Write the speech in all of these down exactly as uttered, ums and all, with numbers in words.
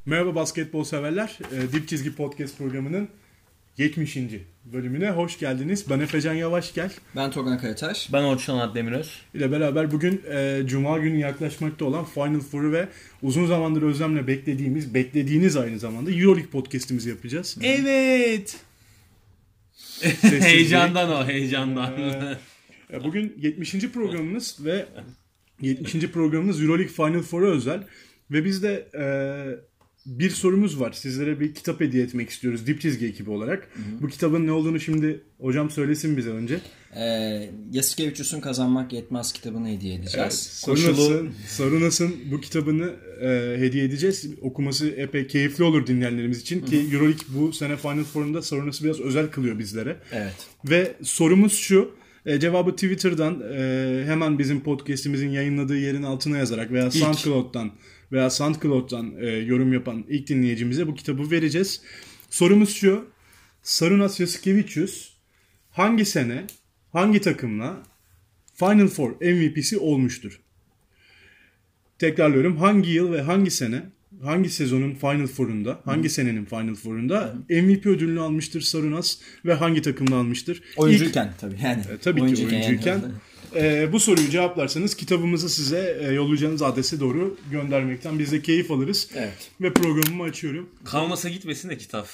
Merhaba basketbol severler. Dip Çizgi Podcast programının yetmişinci bölümüne hoş geldiniz. Ben Efecan Yavaşgel. Ben Togan Karataş. Ben Orçun Addemiröz. ile beraber bugün e, Cuma günü yaklaşmakta olan Final Four'u ve uzun zamandır özlemle beklediğimiz, beklediğiniz aynı zamanda Euroleague podcast'imizi yapacağız. Evet. Heyecandan o, heyecandan. E, bugün yetmişinci programımız ve yetmişinci programımız Euroleague Final Four'a özel. Ve biz de e, bir sorumuz var. Sizlere bir kitap hediye etmek istiyoruz Dip Çizgi ekibi olarak. Hı hı. Bu kitabın ne olduğunu şimdi hocam söylesin bize önce. Ee, Yasikevicius'un Kazanmak Yetmez kitabını hediye edeceğiz. Evet, Sarunas'ın, Sarunas'ın bu kitabını e, hediye edeceğiz. Okuması epey keyifli olur dinleyenlerimiz için. Hı hı. Ki Euroleague bu sene Final Four'unda Sarunas'ı biraz özel kılıyor bizlere. Evet. Ve sorumuz şu. E, cevabı Twitter'dan e, hemen bizim podcast'imizin yayınladığı yerin altına yazarak veya İlk. SoundCloud'dan veya SoundCloud'dan e, yorum yapan ilk dinleyicimize bu kitabı vereceğiz. Sorumuz şu. Sarunas Yasikevicius hangi sene hangi takımla Final Four M V P'si olmuştur? Tekrarlıyorum. Hangi yıl ve hangi sene hangi sezonun Final Four'unda, hangi senenin Final Four'unda M V P ödülünü almıştır Sarunas ve hangi takımla almıştır? Oyuncuyken İlk, tabii yani. E, tabii oyuncuyken ki oyuncuyken. Yani. E, bu soruyu cevaplarsanız kitabımızı size e, yollayacağınız adrese doğru göndermekten biz de keyif alırız. Evet. Ve programımı açıyorum. Kalmasa gitmesin de kitap.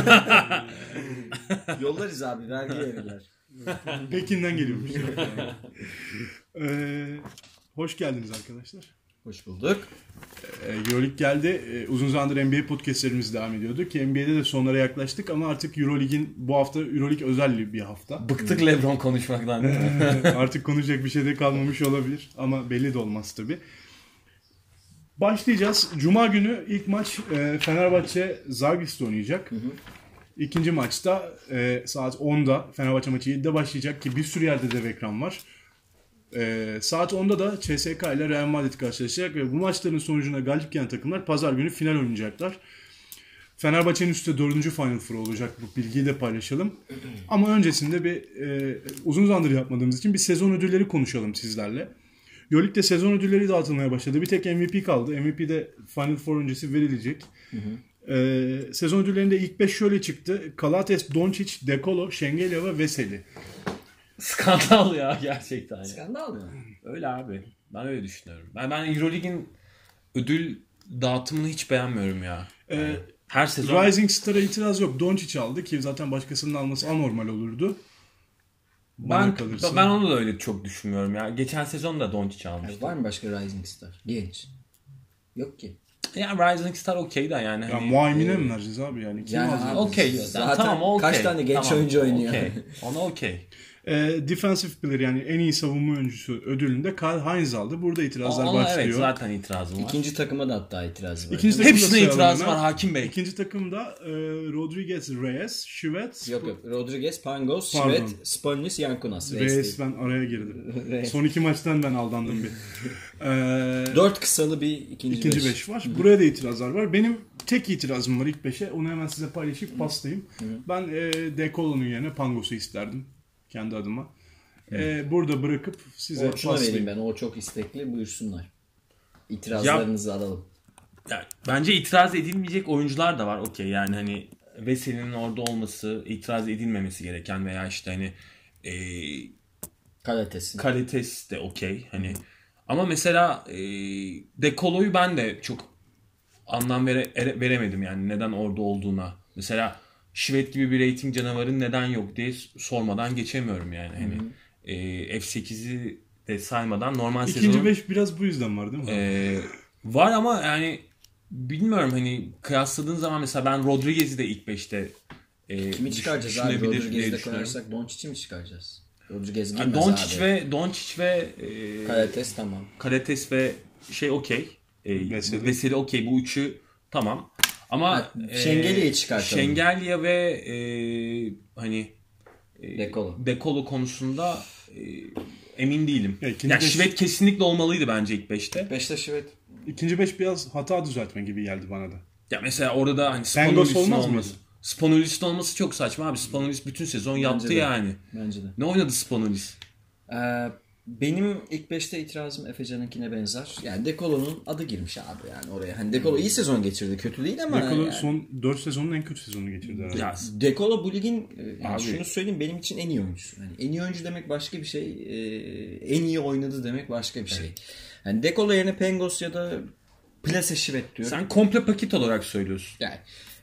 Yollarız abi, vergi verirler. Pekin'den geliyormuş. e, hoş geldiniz arkadaşlar. Hoş bulduk. Ee, Euroleague geldi. Ee, uzun zamandır N B A podcastlerimiz devam ediyordu ki N B A'de de sonlara yaklaştık ama artık Euroleague'in bu hafta Euroleague özel bir hafta. Bıktık LeBron konuşmaktan. Artık konuşacak bir şey de kalmamış olabilir ama belli de olmaz tabii. Başlayacağız. Cuma günü ilk maç e, Fenerbahçe Zalgiris'te oynayacak. Hı hı. İkinci maçta e, saat onda Fenerbahçe maçı yedide başlayacak ki bir sürü yerde dev ekran var. Ee, saat onda da C S K ile Real Madrid karşılaşacak ve bu maçların sonucuna galip gelen takımlar pazar günü final oynayacaklar. Fenerbahçe'nin üstte dördüncü Final Four olacak, bu bilgiyi de paylaşalım. Ama öncesinde bir e, uzun zamandır yapmadığımız için bir sezon ödülleri konuşalım sizlerle. Euroleague'de sezon ödülleri dağıtılmaya başladı. Bir tek M V P kaldı. M V P de Final Four öncesi verilecek. Hı hı. Ee, sezon ödüllerinde ilk beş şöyle çıktı. Kalates, Doncic, De Colo, Şengelya ve Veseli. Skandal ya gerçekten. Skandal mı? Öyle abi. Ben öyle düşünüyorum. Ben ben Euroleague'in ödül dağıtımını hiç beğenmiyorum ya. Yani ee, her sezon Rising Star'a itiraz yok. Doncic aldı ki zaten başkasının alması anormal olurdu. Ben ben onu da öyle çok düşünmüyorum ya. Geçen sezon da Doncic almıştı. Var mı başka Rising Star? Genç. Yok ki. Ya Rising Star okey de yani. Ya hani, Muaymine e, mi vereceğiz abi yani? Kim yani alacak? Okey. Zaten tamam, okay. Kaç tane genç tamam, oyuncu oynuyor. Okay. Ona okey. E, Defensive Player yani en iyi savunma oyuncusu ödülünde Karl Heinz aldı. Burada itirazlar Ona, başlıyor. Evet zaten itirazım var. İkinci takıma da hatta itirazı var. İkinci Hepsine itiraz var Hakim Bey. İkinci takımda e, Rodriguez, Reyes, Şivet. Yok yok. Rodriguez, Pangos, Şivet, Spolinis, Yankunas. Reyes ben araya girdim. Son iki maçtan ben aldandım bir. e, Dört kısalı bir ikinci, ikinci beş. beş var. Buraya da itirazlar var. Benim tek itirazım var ilk beşe. Onu hemen size paylaşıp paslayayım. Ben e, De Colo'nun yerine Pangos'u isterdim. Kendi adıma. Ee, burada bırakıp size Orçun'a vereyim ben. O çok istekli. Buyursunlar. İtirazlarınızı ya, alalım. Yani, bence itiraz edilmeyecek oyuncular da var. Okey yani hani Veseli'nin orada olması, itiraz edilmemesi gereken veya işte hani e, kalitesi. Kalitesi de okey. Hani ama mesela e, De Colo'yu ben de çok anlam vere, ere, veremedim yani neden orada olduğuna. Mesela Şivet gibi bir rating canavarın neden yok diye sormadan geçemiyorum yani. Hani e, F sekizi de saymadan normal sezonun... İkinci beş biraz bu yüzden var değil mi? E, var ama yani bilmiyorum hani kıyasladığın zaman mesela ben Rodriguez'i de ilk beşte e, kimi çıkaracağız abi? Rodriguez'de koyarsak Doncic'i mi çıkaracağız? Rodriguez girmez yani Doncic abi. ve Doncic ve e, Kalates tamam. Kalates ve şey okey. E, Veseli, Veseli okey bu üçü tamam. Ama ha, Şengelya'yı çıkartalım. Şengelya ve e, hani e, De Colo. De Colo konusunda e, emin değilim. Ya, ya beş... Şivet kesinlikle olmalıydı bence ilk beşte. beşte Şivet. İkinci beş biraz hata düzeltme gibi geldi bana da. Ya mesela orada da hani Spanulis'in olması. Spanulis'in olması çok saçma abi. Spanulis bütün sezon bence yaptı de. yani. Bence de. Ne oynadı Spanulis? Ee, Benim ilk beşte itirazım Efecan'ınkine benzer. Yani De Colo'nun adı girmiş abi yani oraya. Hani De Colo iyi sezon geçirdi. Kötü değil ama. De Colo yani. son dört sezonun en kötü sezonunu geçirdi herhalde. Ya, De Colo bu ligin yani Abi. şunu söyleyeyim benim için en iyi oyuncusu. Yani en iyi oyuncu demek başka bir şey. En iyi oynadı demek başka bir şey. Yani De Colo yerine Pangos ya da Plase Şivet diyor. sen komple paket olarak söylüyorsun. Yani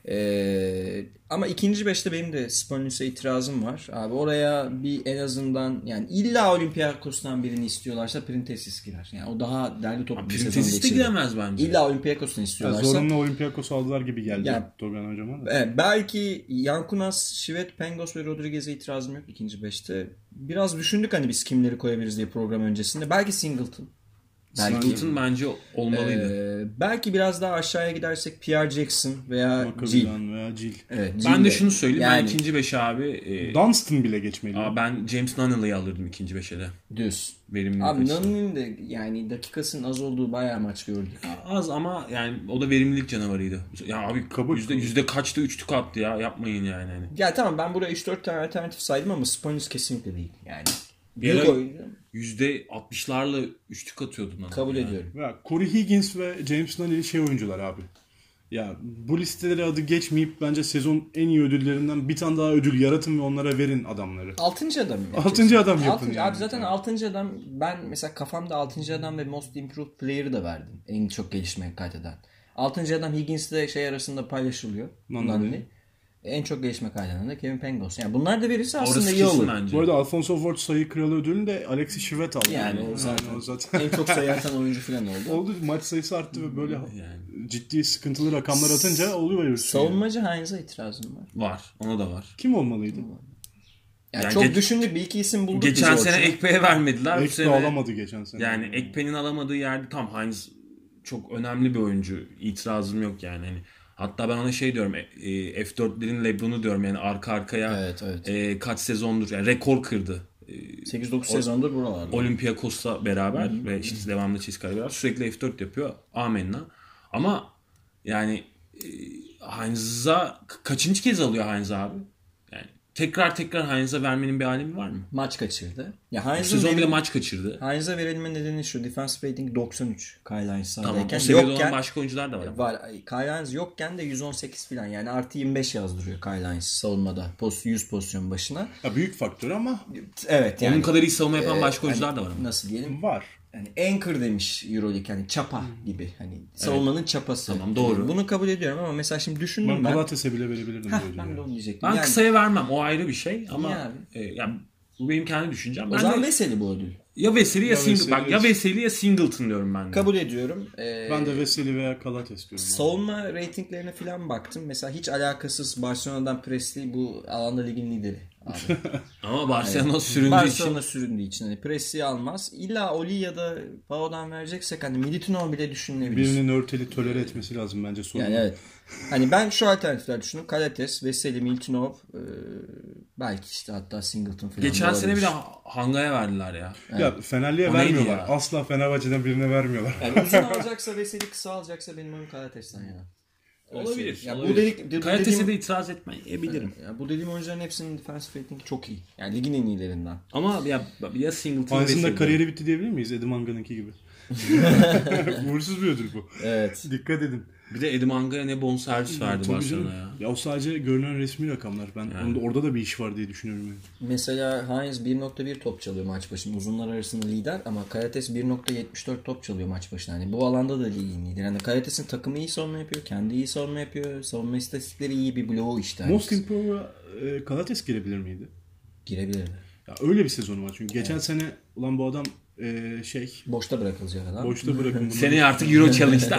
ee, ama ikinci beşte benim de Spolnius'a itirazım var. Abi oraya bir en azından yani illa Olympiakos'tan birini istiyorlarsa Printesis girer. Yani o daha derli toplu bir sezon Printesis de geçirdi. giremez bence. İlla Olympiakos'tan Ya istiyorlarsa. zorunlu Olympiakos'u aldılar gibi geldi Yani- Torgan hocama da. Evet, belki Yankunas, Şivet, Pangos ve Rodriguez'e itirazım yok ikinci beşte. Biraz düşündük hani biz kimleri koyabiliriz diye program öncesinde. Belki Singleton. Belki, Singleton bence olmalıydı. Ee, belki biraz daha aşağıya gidersek Pierre Jackson veya Jill. Makabilan veya Jill. Evet, Ben Jill de şunu söyleyeyim. Yani, Ben ikinci beşe abi e, Dunstan bile geçmeli. aa, ben James Nunnally'yi alırdım ikinci beşe de. düz. Verimli Abi açıdan. Nunnally'nin de yani dakikasının az olduğu bayağı maç gördük. Az ama yani o da verimlilik canavarıydı. Ya abi Kabul, yüzde, kabul. yüzde kaçta üçlük attı ya. Yapmayın yani. Hani. Ya tamam ben buraya üç dört tane alternatif saydım ama Sponius kesinlikle değil. Yani Bir büyük ara oyuncu yüzde altmışlarla üçlük atıyordu. Nunnally kabul yani. ediyorum. Ya Corey Higgins ve James Nunnally şey oyuncular abi. Ya bu listelere adı geçmeyip bence sezon en iyi ödüllerinden bir tane daha ödül yaratın ve onlara verin adamları. Altıncı adam mı? Altıncı adam yapın Altıncı, yani. Abi zaten Yani. altıncı adam ben mesela kafamda altıncı adam ve Most Improved Player'ı da verdim. En çok gelişmeyi kaydeden. Altıncı adam Higgins'le şey arasında paylaşılıyor. Nunnally. Nunnally. En çok gelişme kaydeden de Kevin Pangos. Yani bunlar da verirse Orası aslında iyi kesin olur. bence. Bu arada Alfonso Ford sayı kralı ödülünü de Alexis Şivet aldı. Yani o zaten, Yani o zaten. en çok sayı atan oyuncu falan oldu. Oldu, maç sayısı arttı ve böyle Yani. ciddi sıkıntılı rakamlar atınca oluyor. Savunmacı Heinz'a itirazım var. Var. Ona da var. Kim olmalıydı? Yani, Yani çok geç- düşündük bir iki isim bulduk. Geçen biz sene ortada. Ekpe'ye vermediler. Bu Ekpe sene alamadı geçen sene. yani Ekpe'nin alamadığı yerde tam Heinz çok önemli bir oyuncu. İtirazım yok yani. Hani hatta ben ona şey diyorum. e, F dörtlerin LeBron'u diyorum yani arka arkaya Evet, evet. e, kaç sezondur yani rekor kırdı. sekiz dokuz sezondur buralarda. Olympiakos'la beraber ve işte devamlı Çizka'yla beraber sürekli F dört yapıyor. Amenna. Ama yani e, Heinz'a kaçıncı kez alıyor Heinz abi? Yani tekrar tekrar Heinz'a vermenin bir alemi var mı? Maç kaçırdı. Ya Bu Heinz'ın sezon bile benim- maç kaçırdı. Heinz'a verilme nedeni şu. Defensive rating doksan üç. Kyle Heinz Tamam. sahadayken. O seviyede yokken, olan başka oyuncular da var. ama. var. Kyle Heinz yokken de yüz on sekiz falan. Yani artı yirmi beş yazdırıyor Kyle Heinz savunmada. Post, yüz pozisyon başına. Ya büyük faktör ama Evet yani. Onun kadar iyi savunma yapan e, başka hani oyuncular da var ama. Nasıl diyelim? var. Yani anchor demiş Euroleague hani çapa gibi hani savunmanın çapası. Tamam, doğru. Bunu kabul ediyorum ama mesela şimdi düşündüm Ben ben. Galates'e bile verebilirdim. Heh, bu ödülü ben ya. de onu diyecektim. Ben yani, kısaya vermem. O ayrı bir şey ama Niye abi? e, yani bu benim kendi düşüncem. o Ben zaman de Veseli bu ödül. ya Veseli ya, Ya Singleton. Veseli Bak ya Veseli ya Singleton diyorum ben de. Kabul ediyorum. Ee, Ben de Veseli veya Galates diyorum. abi. Savunma reytinglerine falan baktım. Mesela hiç alakasız Barcelona'dan Presley bu alanda ligin lideri. Abi. Ama Barcelona süründüğü Barcelona için süründüğü için. Hani Presley almaz. İlla Oli ya da Pao'dan vereceksek hani Militinov bile düşünülebilir. Birinin örteli tolere etmesi lazım bence sorun. Yani evet. Hani ben şu alternatifler düşündüm. Kalates, Veseli, Militinov, e, belki işte hatta Singleton falan. geçen da sene bir de olabilir. Hanga'ya verdiler ya. Ya Fenerli'ye O neydi vermiyorlar. ya? Asla Fenerbahçe'den birine vermiyorlar. Yani uzun alacaksa Veseli, kısa alacaksa benim oyun Kalates'ten yana. Olabilir. Ya bu olabilir. dedik- bu Kalitesi dediğim- de itiraz etmeyebilirim. Ya bu dediğim oyuncuların hepsinin defensive ratingi çok iyi. Yani ligin en iyilerinden. Ama ya, ya Singleton Heinz'in de Veseli. kariyeri bitti diyebilir miyiz? Edim Manga'nınki gibi. Uğursuz bir ödül bu. Evet. Dikkat edin. Bir de Edim Hanga'ya ne bonservis verdi Tabii Barcelona canım. ya. Ya o sadece görünen resmi rakamlar. Ben onda, orada da bir iş var diye düşünüyorum yani. Mesela Heinz bir nokta bir top çalıyor maç başına. Uzunlar arasında lider ama Kalates bir nokta yetmiş dört top çalıyor maç başına. Yani bu alanda da ligin lider. Yani Kalates'in takımı iyi savunma yapıyor. Kendi iyi savunma yapıyor. Savunma istatistikleri iyi bir bloğu işte. Most Improved'a e, Galates girebilir miydi? Girebilirdi. Ya öyle bir sezonu var çünkü. Geçen sene ulan bu adam e, şey Boşta bırakılacak adam. boşta bırakın bunu. Seneye artık Euro Challenge'da.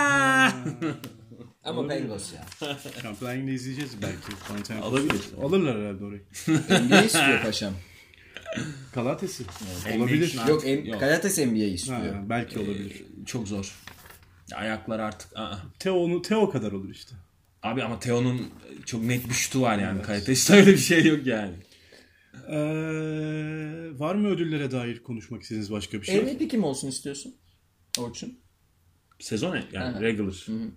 Ama Pangos ya. Şampiyonluğu izleyeceğiz belki. Panathinaikos'u. Alabilir. Alırlar herhalde orayı. N B A istiyor paşam. Galates'i. N B A Olabilir. için Yok, en, Yok. Kalates N B A istiyor. Ha, belki olabilir. Çok zor. Ayaklar artık. Aa. Teo'nu Teo kadar olur işte. Abi ama Theo'nun çok net bir şutu var yani. Kalitesi öyle bir şey yok yani. Ee, var mı ödüllere dair konuşmak istediğiniz başka bir şey? M V P kim olsun istiyorsun? Orçun. Sezon ne? Yani Aha. regular.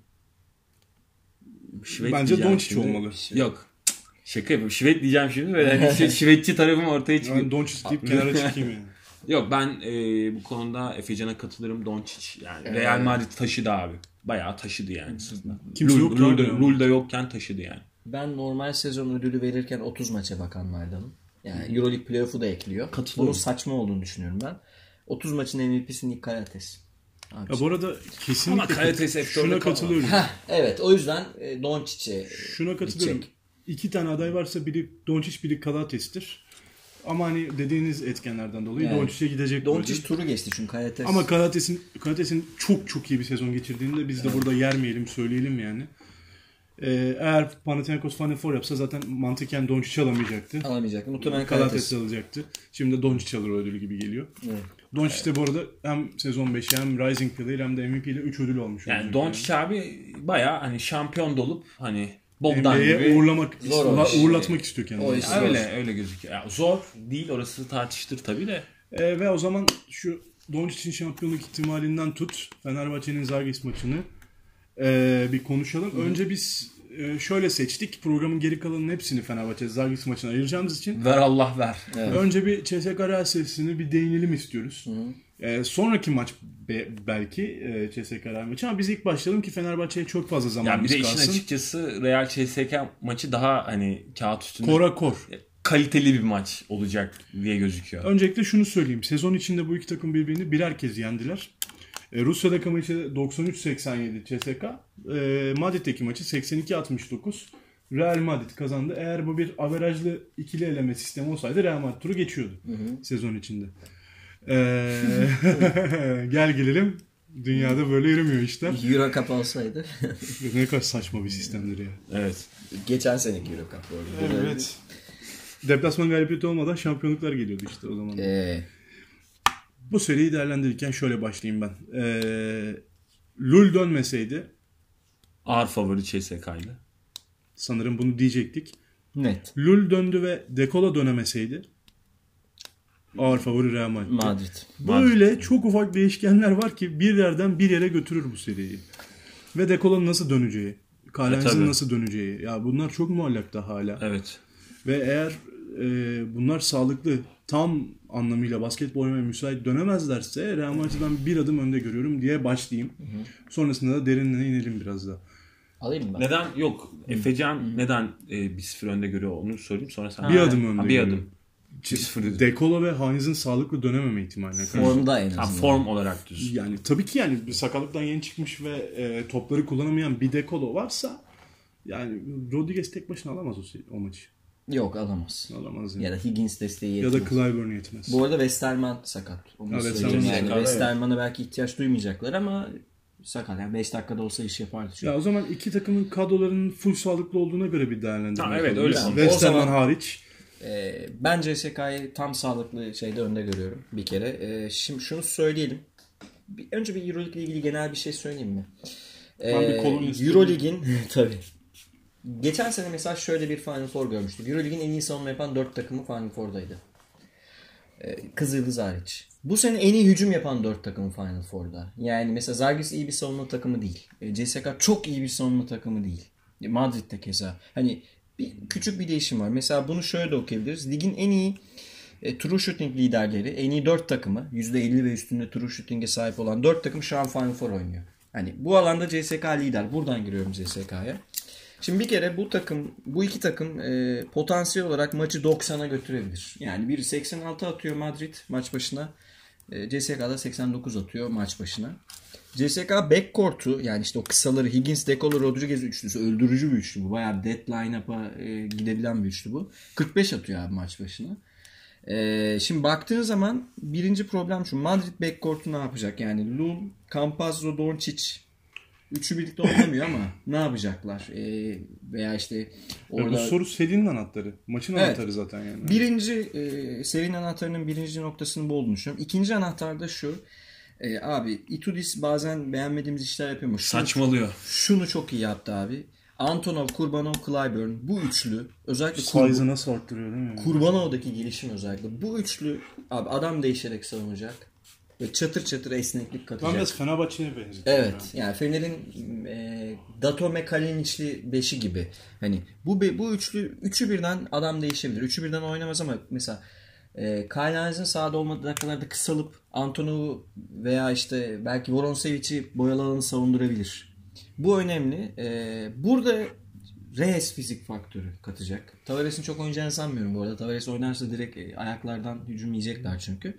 Şivet Bence diyeceğim Doncic şimdi. olmalı. Yok. Şaka yapıyorum. Şivet diyeceğim şimdi. Böyle hani şey, şivetçi tarafım ortaya çıkıyor. Ben Doncic deyip kenara çıkayım yani. Yok ben e, bu konuda Efecan'a katılırım. Doncic yani Evet. Real Madrid taşıdı abi. Bayağı taşıdı yani sırtına. Kimse Lul- yok Lul'da, yani. Lul'da yokken taşıdı yani. Ben normal sezon ödülü verirken otuz maça bakanlardanım. Yani Euroleague playoff'u da ekliyor. Katılıyorum. Bunun saçma olduğunu düşünüyorum ben. otuz maçın M V P'si Nick Karates. Abi. Ya bu arada kesinlikle Ama Karates F dörtte şuna kalmadı. katılıyorum. Heh, evet o yüzden e, Doncic'e Şuna katılıyorum. gidecek. İki tane aday varsa biri Doncic, biri Kalates'tir. Ama hani dediğiniz etkenlerden dolayı Yani, Doncic'e gidecek. Doncic ödül. turu geçti çünkü Karates. Ama Kalates'in Kalates'in çok çok iyi bir sezon geçirdiğini de biz de burada yermeyelim, söyleyelim yani. Ee, eğer Panathinaikos Final Four yapsa zaten mantıken Doncic alamayacaktı. alamayacak. Muhtemelen Kalates Karates. alacaktı. Şimdi de Doncic alır o ödülü gibi geliyor. Evet. Doncic de bu arada hem sezon beşi hem Rising Player hem de M V P ile üç ödül olmuş. Yani olacak Doncic abi bayağı hani şampiyon dolup hani Bogdan N B A'ye gibi uğurlamak, Zor o iş. uğurlatmak istiyor kendini. O iş zor. öyle öyle gözüküyor. Yani zor değil orası tartıştır tabii de. Ee, ve o zaman şu Doncic'in şampiyonluk ihtimalinden tut Fenerbahçe'nin Zalgiris maçını ee, bir konuşalım. Hı-hı. Önce biz e, şöyle seçtik. Programın geri kalanının hepsini Fenerbahçe Zalgiris maçına ayıracağımız için. Ver Allah ver. Evet. Önce bir C S K A Real serisine bir değinelim istiyoruz. Ee, sonraki maç be, belki e, C S K A Real maçı ama biz ilk başlayalım ki Fenerbahçe'ye çok fazla Ya bir zamanımız de işin kalsın. açıkçası Real C S K A maçı daha hani kağıt üstünde Kora kor. kaliteli bir maç olacak diye gözüküyor. Öncelikle şunu söyleyeyim. Sezon içinde bu iki takım birbirini birer kez yendiler. E, Rusya'daki maçı doksan üç seksen yedi C S K A. E, Madrid'deki maçı seksen iki altmış dokuz. Real Madrid kazandı. Eğer bu bir averajlı ikili eleme sistemi olsaydı Real Madrid turu geçiyordu hı hı. sezon içinde. E, gel gelelim. Dünyada böyle yürümüyor işler. Euro Cup olsaydı. Ne kadar saçma bir sistemdir ya. Evet. Geçen seneki Euro Cup bu arada. Evet. Deplasman galibiyeti olmadan şampiyonluklar geliyordu işte o zaman. Ee, Bu seriyi değerlendirirken şöyle başlayayım ben. Ee, Lul dönmeseydi Ağır favori C S K ile. sanırım bunu diyecektik. net. Lul döndü ve Dekola dönemeseydi ağır favori Real Madrid. Madrid. Böyle Madrid. çok ufak değişkenler var ki bir yerden bir yere götürür bu seriyi. Ve Dekola'nın nasıl döneceği, Karl-Heinz'in E, nasıl döneceği. Ya bunlar çok muallakta hala. Evet. Ve eğer e, bunlar sağlıklı, tam anlamıyla basketbol oynamaya müsait dönemezlerse Real Madrid'den bir adım önde görüyorum diye başlayayım. Hı hı. Sonrasında da derinine inelim biraz da. Alayım mı ben? Neden? Yok. Efecan neden e, bir sıfır önde görüyor onu sorayım sonra sen. Bir adım önde Ha, bir görüyorum. adım. bir sıfır dedim. Dekola ve Heinz'in sağlıklı dönememe ihtimaline karşı. Formda en Ha, azından. form olarak düz. Yani tabii ki yani bir sakatlıktan yeni çıkmış ve e, topları kullanamayan bir Dekola varsa yani Rodriguez tek başına alamaz o, o maçı. Yok alamaz. Alamaz yani. Ya da Higgins desteği Ya yetmez. da Clyburn yetmez. Bu arada Westerman sakat. Onu Ha, söyleyeyim. Westerman Yani sakat, Westerman'a belki ihtiyaç duymayacaklar ama sakat. Yani beş dakikada olsa iş yapardı çünkü. Ya o zaman iki takımın kadrolarının full sağlıklı olduğuna göre bir değerlendirme Ha, evet, yapalım. öyle. Yani O Westerman zaman- hariç. Ee, ben C S K A'yı tam sağlıklı şeyde önde görüyorum bir kere. Ee, şimdi şunu söyleyelim. Bir, önce bir Euroleague ile ilgili genel bir şey söyleyeyim mi? Ee, Ben bir kolon istiyorum. Euroleague'in tabii. Geçen sene mesela şöyle bir Final Four görmüştük. Euroleague'in en iyi savunma yapan dört takımı Final Four'daydı. Ee, Kızıldız hariç. Bu sene en iyi hücum yapan dört takımı Final Four'da. Yani mesela Zalgiris iyi bir savunma takımı değil. Ee, C S K A çok iyi bir savunma takımı değil. Madrid'de keza. Hani bir, küçük bir değişim var. Mesela bunu şöyle de okuyabiliriz. Ligin en iyi e, true shooting liderleri, en iyi dört takımı, yüzde elli ve üstünde true shooting'e sahip olan dört takım şu an Final Four oynuyor. Hani bu alanda C S K A lider. Buradan giriyorum C S K A'ya. Şimdi bir kere bu takım, bu iki takım e, potansiyel olarak maçı doksana götürebilir. Yani biri seksen altı atıyor Madrid maç başına. E, C S K A'da seksen dokuz atıyor maç başına. C S K A backcourt'u yani işte o kısaları Higgins, Dekola, Rodriguez üçlüsü öldürücü bir üçlü bu. Bayağı dead line-up'a e, gidebilen bir üçlü bu. kırk beş atıyor abi maç başına. E, şimdi baktığın zaman birinci problem şu. Madrid backcourt'u ne yapacak? Yani Lul, Campazzo, Doncic üçü birlikte oynamıyor ama ne yapacaklar? E, veya işte orada... Ya bu soru serinin anahtarı. Maçın Evet. anahtarı zaten yani. Birinci e, serinin anahtarının birinci noktasının bu olduğunu düşünüyorum. İkinci anahtar da şu. E, abi Itudis bazen beğenmediğimiz işler yapıyor mu? Şunu, Saçmalıyor. şunu çok iyi yaptı abi. Antonov, Kurbanov, Clyburn bu üçlü özellikle Size'ı Kur, nasıl arttırıyor değil mi? Kurbanov'daki gelişim özellikle. Bu üçlü abi adam değişerek savunacak. Ve çatır çatır esneklik Ben katacak. biraz Fenerbahçe'ye benzetiyorum. Evet. Yani Fener'in e, Datome Kalinic'li beşi gibi. Hani bu be- bu üçlü üçü birden adam değişebilir. Üçü birden oynamaz ama mesela E, Kyle Hines'in sahada olmadığı dakikalarda kısalıp Antonov'u veya işte belki Voronsevic'i boyalı alanı savundurabilir. Bu önemli. E, burada Reyes fizik faktörü katacak. Tavares'in çok oynayacağını sanmıyorum bu arada. Tavares oynarsa direkt e, ayaklardan hücum yiyecekler çünkü.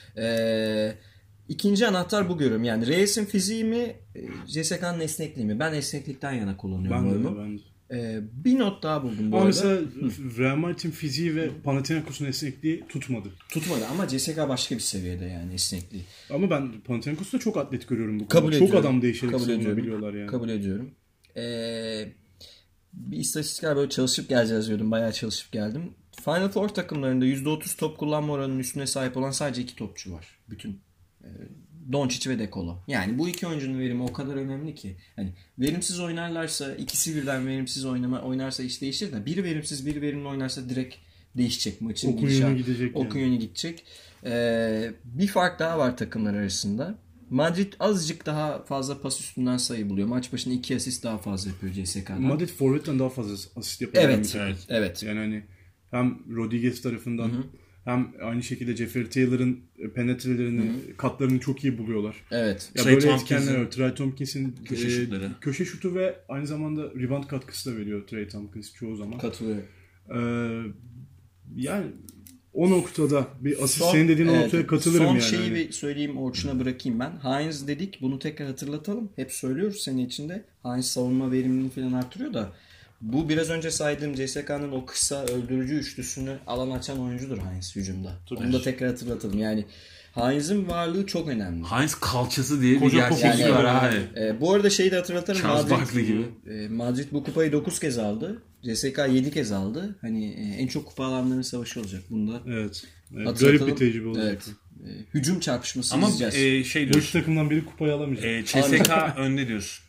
Eee İkinci anahtar bu görüyorum. Yani Reyes'in fiziği mi, C S K'nın esnekliği mi? Ben esneklikten yana kullanıyorum. Ben de, oyumu. ben de. Ee, bir not daha buldum bu Ama arada. mesela Real Madrid'in fiziği ve Panathinaikos'un esnekliği tutmadı. Tutmadı ama C S K başka bir seviyede yani esnekliği. Ama ben Panathinaikos'ta çok atlet görüyorum bu Kabul konuda. ediyorum. Çok adam değişerek Kabul ediyorum. savunabiliyorlar yani. Kabul ediyorum. Ee, bir istatistikler böyle çalışıp geleceğiz diyordum. Bayağı çalışıp geldim. Final Four takımlarında yüzde otuz top kullanma oranının üstüne sahip olan sadece iki topçu var. Bütün e, Doncic ve De Colo. Yani bu iki oyuncunun verimi o kadar önemli ki. Hani verimsiz oynarlarsa, ikisi birden verimsiz oynama oynarsa iş değişir de biri verimsiz, biri verimli oynarsa direkt değişecek maçın Okun gidişatı. yönü gidecek Okun yani. yönü gidecek. Ee, bir fark daha var takımlar arasında. Madrid azıcık daha fazla pas üstünden sayı buluyor. Maç başına iki asist daha fazla yapıyor C S K'dan. Madrid forvetten daha fazla asist yapıyor. Evet, evet, evet. Yani hani hem Rodriguez tarafından Hı-hı. hem aynı şekilde Jeffrey Taylor'ın penetrelerini, Hı-hı. katlarını çok iyi buluyorlar. Evet. Ya Trey böyle Tompkins'in, etkenler var. Trey Tompkins'in köşe e, şutları. köşe şutu ve aynı zamanda rebound katkısı da veriyor Trey Tompkins çoğu zaman. Katılıyorum. Ee, yani o noktada bir asist Son, senin dediğin evet, noktaya katılırım son yani. Son şeyi hani. bir söyleyeyim, Orçun'a bırakayım ben. Hines dedik, bunu tekrar hatırlatalım. Hep söylüyoruz sene içinde. Hines savunma verimliliğini falan artırıyor da bu biraz önce saydığım C S K'nın o kısa öldürücü üçlüsünü alan açan oyuncudur Hines hücumda. Tabii. Onu da tekrar hatırlatalım. Yani Hines'in varlığı çok önemli. Hines kalçası diye Koca bir gerçeklik yani, var abi. E, bu arada şeyi de hatırlatırım. Charles Barkley gibi. E, Madrid bu kupayı dokuz kez aldı. C S K yedi kez aldı. Hani e, en çok kupa alanların savaşı olacak bunda. Evet. evet garip bir tecrübe olacak. Evet. E, hücum çarpışması Ama izleyeceğiz. e, şey Bu iki diyorsun. takımdan biri kupayı alamayacak. E, C S K önde diyorsun.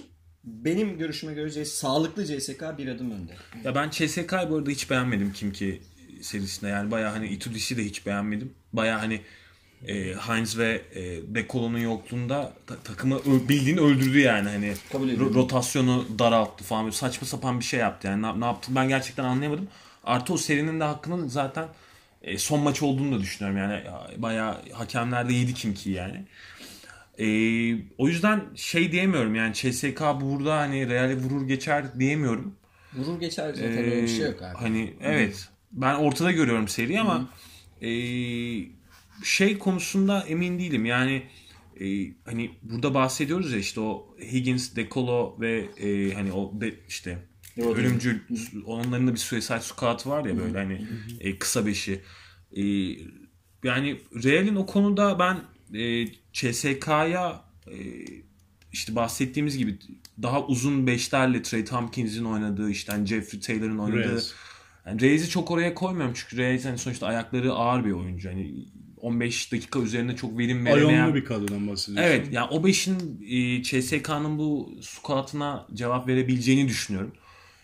Benim görüşüme göre C- sağlıklı C S K bir adım önde. Ya ben C S K'yı bu arada hiç beğenmedim Kim ki serisinde. Yani bayağı hani Itudis'i de hiç beğenmedim. Bayağı hani e, Hines ve e, De Colo'nun yokluğunda ta- takımı ö- bildiğin öldürdü yani. Hani ro- rotasyonu daralttı falan. Böyle saçma sapan bir şey yaptı. Yani ne, ne yaptı ben gerçekten anlayamadım. Artı o serinin de hakkının zaten e, son maç olduğunu da düşünüyorum. Yani bayağı hakemler de yedi Kim ki yani. Ee, o yüzden şey diyemiyorum yani C S K burada hani Real'e vurur geçer diyemiyorum. Vurur geçer zaten Ee, öyle bir şey yok abi. Hani evet ben ortada görüyorum seriyi ama e, şey konusunda emin değilim yani e, hani burada bahsediyoruz ya işte o Higgins, De Colo ve e, hani o de, işte Evet, ölümcül onların da bir suicide squad var ya böyle hani e, kısa beşi e, yani Real'in o konuda ben e, C S K'ya e, işte bahsettiğimiz gibi daha uzun beşlerle Trey Tompkins'in oynadığı işte hani Jeffrey Taylor'ın oynadığı Reyes. yani Reyes'i çok oraya koymuyorum çünkü Reyes hani sonuçta ayakları ağır bir oyuncu. Hani on beş dakika üzerinde çok verim veremeyen. Ayonlu bir kadrodan bahsediyorsun. Evet yani o beşin e, C S K'nın bu squat'ına cevap verebileceğini düşünüyorum.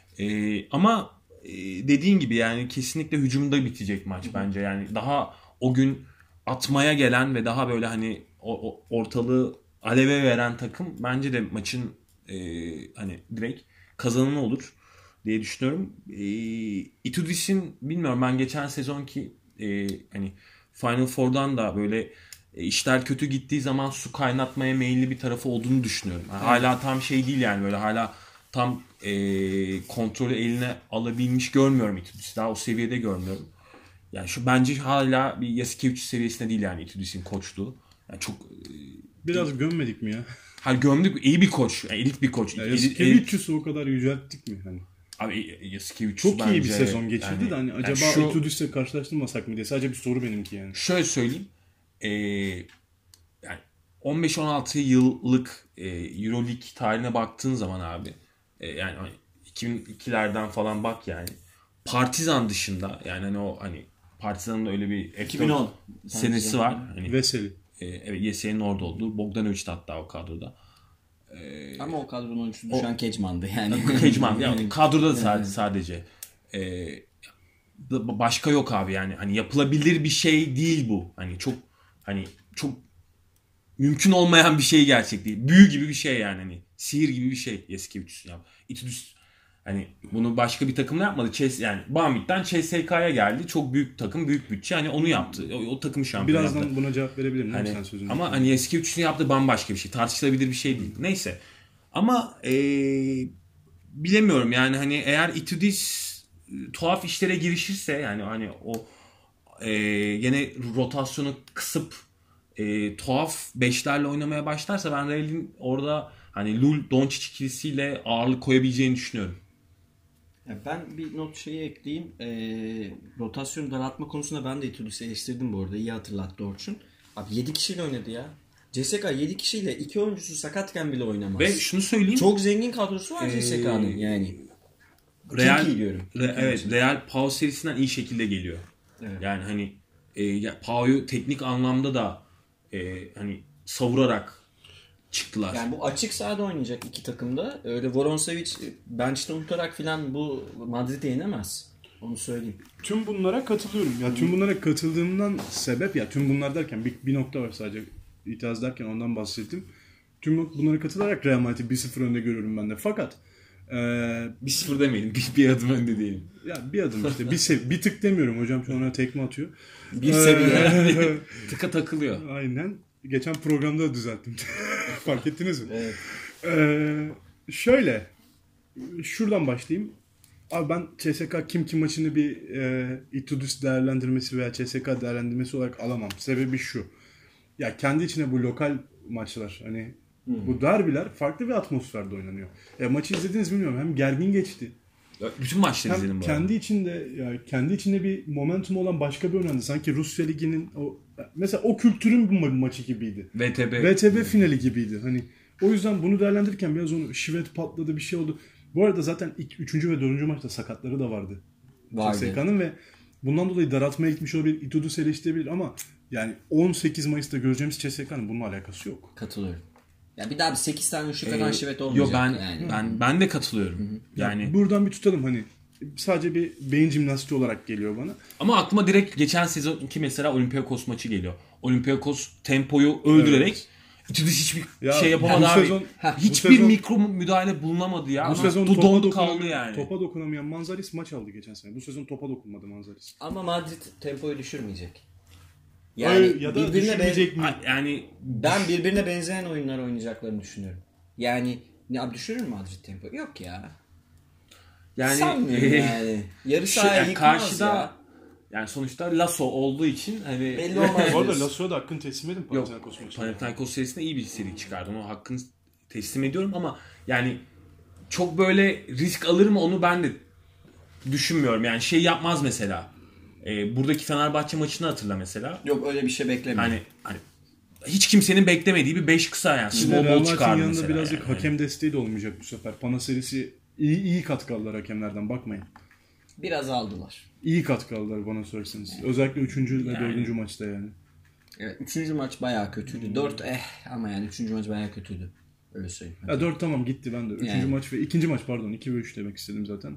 E, ama e, dediğin gibi yani kesinlikle hücumda bitecek maç bence. Yani daha o gün atmaya gelen ve daha böyle hani o, o ortalığı aleve veren takım bence de maçın e, hani direkt kazananı olur diye düşünüyorum. E, Itudis'in bilmiyorum ben geçen sezonki e, hani Final Four'dan da böyle e, işler kötü gittiği zaman su kaynatmaya meyilli bir tarafı olduğunu düşünüyorum. Yani evet. Hala tam şey değil yani böyle hala tam e, kontrolü eline alabilmiş görmüyorum Itudis'i. Daha o seviyede görmüyorum. Yani şu bence hala bir Jasikevic seviyesinde değil yani Itudis'in koçluğu. Yani çok e, biraz gömmedik mi ya? Hani gömdük iyi bir koç. Yani elit bir koç. Jasikevicius'u o kadar yücelttik mi hani? Abi Jasikevic çok bence, iyi bir sezon geçirdi yani, de hani yani acaba şu, Itudis'le karşılaştırmasak mı diye sadece bir soru benimki yani. Şöyle söyleyeyim. Ee, yani on beş on altı yıllık e, Euroleague tarihine baktığın zaman abi e, yani hani iki bin ikilerden falan bak yani Partizan dışında yani hani o hani Partizan'ın da öyle bir iki bin on senesi var. Hani, Veseli. E, evet Yesey'nin orada olduğu. Bogdanovic de hatta o kadroda. Ee, Ama o kadronun oyuncusu düşen Kecman'dı yani. Kecman yani kadroda sadece sadece. Ee, başka yok abi yani. Hani yapılabilir bir şey değil bu. Hani çok hani çok mümkün olmayan bir şey gerçek değil. Büyü gibi bir şey yani hani. Sihir gibi bir şey Jasikevic. Yani Itudis Hani bunu başka bir takımla yapmadı. Chess, yani Banvit'ten C S K'ya geldi. Çok büyük takım, büyük bütçe. Hani onu yaptı. O, o takım şampiyon Birazdan yaptı. buna cevap verebilirim. Hani, sen sözünü. ama hani eski üçlünü yaptığı bambaşka bir şey. Tartışılabilir bir şey değil. Neyse. Ama ee, bilemiyorum yani hani eğer Itudis tuhaf işlere girişirse yani hani o ee, gene rotasyonu kısıp ee, tuhaf beşlerle oynamaya başlarsa ben Real'in orada hani Lul Doncic ikilisiyle ağırlık koyabileceğini düşünüyorum. Ya ben bir not şeyi ekleyeyim. E, rotasyonu daraltma konusunda ben de Itudis'i eleştirdim bu arada. İyi hatırlattı Orçun. Abi yedi kişiyle oynadı ya. C S K yedi kişiyle iki oyuncusu sakatken bile oynamaz. Ve şunu söyleyeyim. Çok zengin kadrosu var Ee, C S K'nın yani. Real, Çok iyi diyorum. Re, evet, Real Pau serisinden iyi şekilde geliyor. Evet. Yani hani e, Pau'yu teknik anlamda da e, hani savurarak çıktılar. Yani bu açık sahada oynayacak iki takımda. Öyle Voronsevic bench'te unutarak filan bu Madrid'e yenemez. Onu söyleyeyim. Tüm bunlara katılıyorum. Ya tüm bunlara katıldığımdan sebep ya tüm bunlar derken bir, bir nokta var sadece itiraz derken ondan bahsettim. Tüm bunlara katılarak Real Madrid'i bir sıfır önde görüyorum ben de. Fakat ee, bir sıfır demeyelim. Bir, bir adım önde diyelim. Ya bir adım işte. Bir, sev- bir tık demiyorum hocam. Şu an tekme atıyor. Bir seviye. Tıka takılıyor. Aynen. Geçen programda da düzelttim. Fark ettiniz mi? Evet. Ee, şöyle. Şuradan başlayayım. Abi ben C S K kim kim maçını bir e, Itudis değerlendirmesi veya C S K değerlendirmesi olarak alamam. Sebebi şu. Ya kendi içine bu lokal maçlar hani hmm. bu derbiler farklı bir atmosferde oynanıyor. E, maçı izlediniz bilmiyorum. Hem gergin geçti. Bütün maçları hem izledim bu kendi arada. içinde yani kendi içinde bir momentum olan başka bir oynandı. Sanki Rusya Ligi'nin o mesela o kültürün bu ma- maçı gibiydi. V T B V T B finali gibiydi. Hani o yüzden bunu değerlendirirken biraz onu şivet patladı bir şey oldu. Bu arada zaten ilk, üçüncü ve dördüncü maçta sakatları da vardı. Vardı. C S K'nın ve bundan dolayı daraltmaya gitmiş olabilir. Itudis eleştirebilir ama yani on sekiz Mayıs'ta göreceğimiz C S K'nın bununla alakası yok. Katılıyorum. Ya bir daha bir sekiz tane üçlük atan şivet olmayacak. Yo ben yani. ben ben de katılıyorum. Hı-hı. Yani ya buradan bir tutalım hani sadece bir beyin jimnastiği olarak geliyor bana. Ama aklıma direkt geçen sezonki mesela Olympiakos maçı geliyor. Olympiakos tempoyu öldürerek evet. Itudis hiçbir ya, şey yapamadı abi. Sezon, hiçbir sezon, mikro müdahale bulunamadı ya. Bu sezon topa topa, kaldı yani. Topa dokunamayan Manzaris maç aldı geçen sene. Bu sezon topa dokunmadı Manzaris. Ama Madrid tempoyu düşürmeyecek. Yani Ay, ya da birbirine ben, mi? Yani ben birbirine benzeyen oyunlar oynayacaklarını düşünüyorum. Yani ne abi düşürür mü Madrid tempoyu? Yok ya. Yani sanmıyorum yani. Yarı sahaya yani yıkmaz karşıda, ya. Yani sonuçta Lasso olduğu için hani belli olmaz. Bu arada Lasso'ya da hakkını teslim edin Panathinaikos maçında. Panathinaikos serisinde iyi bir seri çıkardı. Ona hakkını teslim ediyorum ama yani çok böyle risk alır mı onu ben de düşünmüyorum. Yani şey yapmaz mesela. E, buradaki Fenerbahçe maçını hatırla mesela. Yok öyle bir şey beklemiyorum. Hani, hani hiç kimsenin beklemediği bir beş kısa yani. Small ball çıkardı yanında mesela. Birazcık yani. Hakem desteği de olmayacak bu sefer. Pana serisi iyi, iyi katkı aldılar hakemlerden bakmayın. Biraz aldılar. İyi katkı aldılar bana sorarsanız. Evet. Özellikle üçüncü ve dördüncü yani. maçta yani. Evet üçüncü maç bayağı kötüydü. dört eh ama yani üçüncü maç bayağı kötüydü. Öyle söyleyeyim. Ya dört tamam gitti ben de. üçüncü yani. maç ve ikinci maç pardon iki ve üç demek istedim zaten.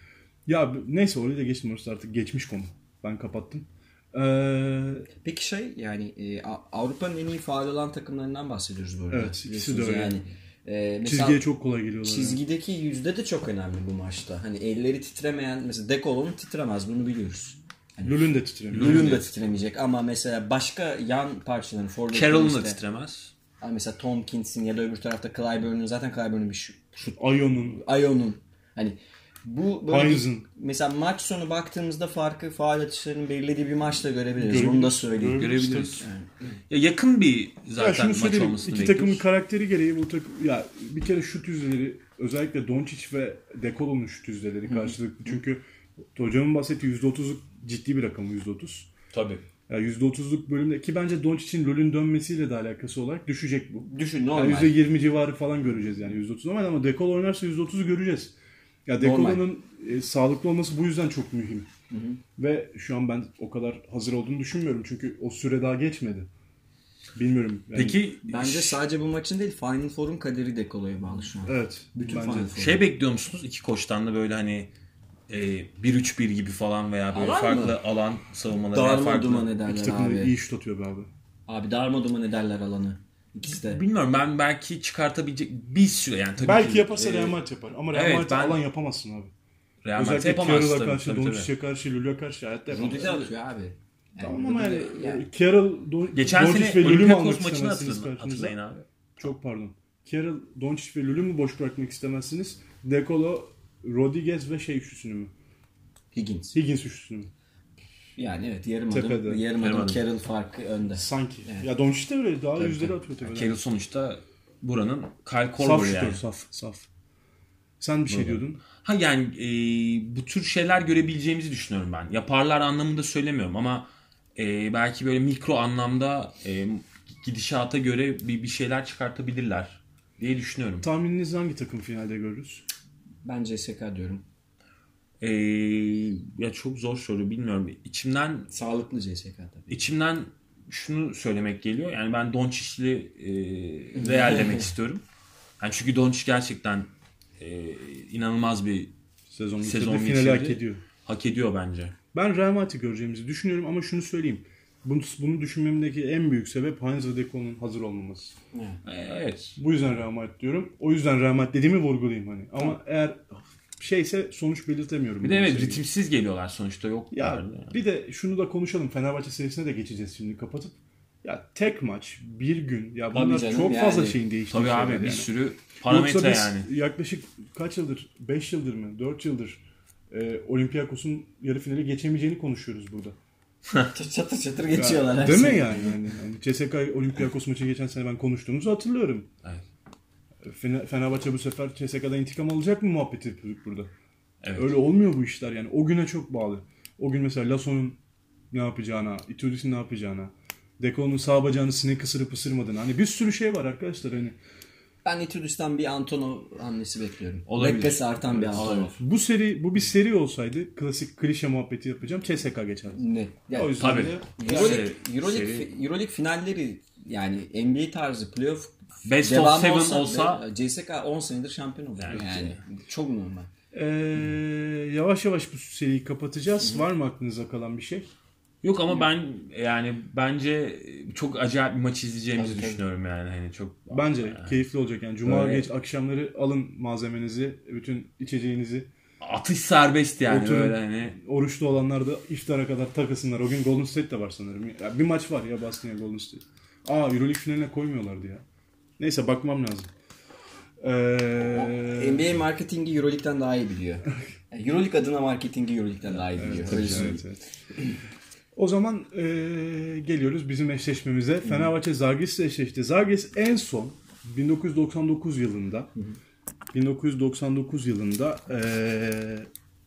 Ya neyse orayı da geçtim orası artık geçmiş konu. Ben kapattım. Ee... Peki şey yani e, Avrupa'nın en iyi faal olan takımlarından bahsediyoruz bu arada. Evet ikisi de öyle. Yani, e, çizgiye çok kolay geliyorlar. Çizgideki yani. Yüzde de çok önemli bu maçta. Hani elleri titremeyen mesela Dekolo'nun titremez bunu biliyoruz. Hani, Lul'ün de titremeyecek. Lul'ün de titremeyecek ama mesela başka yan parçaların forvet Carroll'un işte, da titremez. Mesela Tompkins'in ya da öbür tarafta Clyburn'un zaten Clyburn'un bir şut. Ayon'un. Ayon'un. Hani bu böyle bir, Heinz'in. mesela maç sonu baktığımızda farkı faal atışlarının belirlediği bir maçta görebiliriz. Görebiliriz. Bunu da söyleyeyim. Görebiliriz. Yani. Ya yakın bir zaten ya maç olmasını İki takımın karakteri gereği bu takım ya bir kere şut yüzdeleri özellikle Doncic ve Dekolo'nun şut yüzdeleri karşılıklı. Çünkü hocamın bahsettiği yüzde otuzluk ciddi bir rakam yüzde otuz. Tabii. Ya yüzde otuzluk bölümde ki bence Doncic'in LoL'ün dönmesiyle de alakası olarak düşecek bu. Düşün normal. Yani yüzde yirmi civarı falan göreceğiz yani yüzde otuz ama ama Dekolo oynarsa yüzde otuzu göreceğiz. Ya Dekolo'nun e, sağlıklı olması bu yüzden çok mühim. Hı hı. Ve şu an ben o kadar hazır olduğunu düşünmüyorum. Çünkü o süre daha geçmedi. Bilmiyorum. Yani. Peki bence sadece bu maçın değil Final Four'un kaderi Dekolo'ya bağlı şu an. Evet. Bütün bence. Final Four. Şey bekliyor musunuz? İki koçtan da böyle hani e, bir üç bir gibi falan veya böyle alan farklı mı? Alan savunmaları. Darma farklı. duman ederler İki takım abi. iyi şut atıyor be abi. Abi darma duman ederler alanı. İkisi de. Bilmiyorum, ben belki çıkartabilecek bir süre yani tabii Belki ki, yaparsa e, Real Madrid yapar. Ama Real evet, Madrid'e ben- alan yapamazsın abi. Real Madrid Özellikle yapamaz Carroll'a tabii, karşı, tabii, tabii. Doncic'e karşı, Lulu'ya karşı hayatta yapamaz. Rüdiger atıyor abi. Yani Tamam ama yani, yani Carroll, Don, Geçen Doncic sene ve Lulu mu almak Olympiakos maçını istemezsiniz hatırlayın, karşınıza? hatırlayın abi. Çok pardon. Carroll, Doncic ve Lulu mu boş bırakmak istemezsiniz? De Colo, Rodriguez ve şey üçlüsünü mü? Higgins. Higgins üçlüsünü mü? Yani evet, yarım Tepede. adım, yarım Yarım adım adım. Carroll farkı önde. Sanki. Evet. Ya Doncic de öyle. Daha yüzleri tabii. atıyor tepeden. Carroll sonuçta buranın Kyle Saf Korver şutör, yani. saf, saf. Sen bir şey diyordun. Ha yani e, bu tür şeyler görebileceğimizi düşünüyorum ben. Yaparlar anlamında söylemiyorum ama e, belki böyle mikro anlamda e, gidişata göre bir, bir şeyler çıkartabilirler diye düşünüyorum. Tahmininiz hangi takım finalde görürüz? Ben C S K diyorum. E, ya çok zor soru, bilmiyorum. İçimden Sağlıklı C S K tabii. içimden şunu söylemek geliyor. Yani ben Doncic'li e, Real demek istiyorum. Yani çünkü Doncic gerçekten e, inanılmaz bir Sezon, sezon bitirdi, geçirdi. finali hak ediyor. Hak ediyor bence. Ben Real Madrid'i göreceğimizi düşünüyorum ama şunu söyleyeyim. Bunu, bunu düşünmemdeki en büyük sebep Heinz ve Deco'nun hazır olmaması. Evet. Bu yüzden Real Madrid diyorum. O yüzden Real Madrid dediğimi vurgulayayım hani. Ama eğer şeyse sonuç belirtemiyorum. Bir bu de evet, seriyi. ritimsiz geliyorlar sonuçta, yok. Ya yani. bir de şunu da konuşalım. Fenerbahçe serisine de geçeceğiz şimdi kapatıp. Ya tek maç, bir gün. Ya bunlar canım, çok fazla yani. şeyin değiştiği Tabii abi, şeyler bir yani. sürü parametre Yoksa biz yani. yaklaşık kaç yıldır? beş yıldır mı? dört yıldır e, Olympiakos'un yarı finali geçemeyeceğini konuşuyoruz burada. Çatır çatır geçiyorlar. Ya, her değil mi sene. yani? yani, yani C S K Olympiakos maçı geçen sene ben konuştuğumuzu hatırlıyorum. Evet. Fener- Fenerbahçe bu sefer C S K'dan intikam alacak mı muhabbeti yapıyorduk burada. Evet. Öyle olmuyor bu işler yani. O güne çok bağlı. O gün mesela Lasso'nun ne yapacağına, Itudis'in ne yapacağına, Deco'nun sağ bacağını sinek ısırıp ısırmadığına. Hani bir sürü şey var arkadaşlar hani. Ben Itudis'ten bir Antonov hamlesi bekliyorum. Olabilir. Beklese artan bir Antonov. Bu seri, bu bir seri olsaydı klasik klişe muhabbeti yapacağım. C S K geçerdi. Ne? Ya, O yüzden Tabii. de Euroleague, Seri- Euroleague, seri- Euroleague finalleri yani N B A tarzı playoff Best of devamı seven olsa, olsa- C S K on senedir şampiyon olur. Yani. Yani, çok normal. Ee, yavaş yavaş bu seriyi kapatacağız. Var mı aklınıza kalan bir şey? Yok ama ben yani bence çok acayip bir maç izleyeceğimizi Tabii, tabii. düşünüyorum yani. Hani çok Bence yani. keyifli olacak yani. Cuma Öyle. geç akşamları alın malzemenizi, bütün içeceğinizi. Atış serbest yani, Oturun. böyle hani. Oruçlu olanlar da iftara kadar takılsınlar. O gün Golden State de var sanırım. Ya bir maç var ya, Boston ya Golden State. Aa, Euroleague finaline koymuyorlardı ya. Neyse, bakmam lazım. Ee, N B A marketingi Euroleague'den daha iyi biliyor. Yani Euroleague adına marketingi Euroleague'den daha iyi biliyor. Öyle söyleyeyim. evet, evet. O zaman ee, geliyoruz bizim eşleşmemize. Fenerbahçe Zalgiris'le eşleşti. Zalgiris en son bin dokuz yüz doksan dokuz yılında bin dokuz yüz doksan dokuz yılında ee,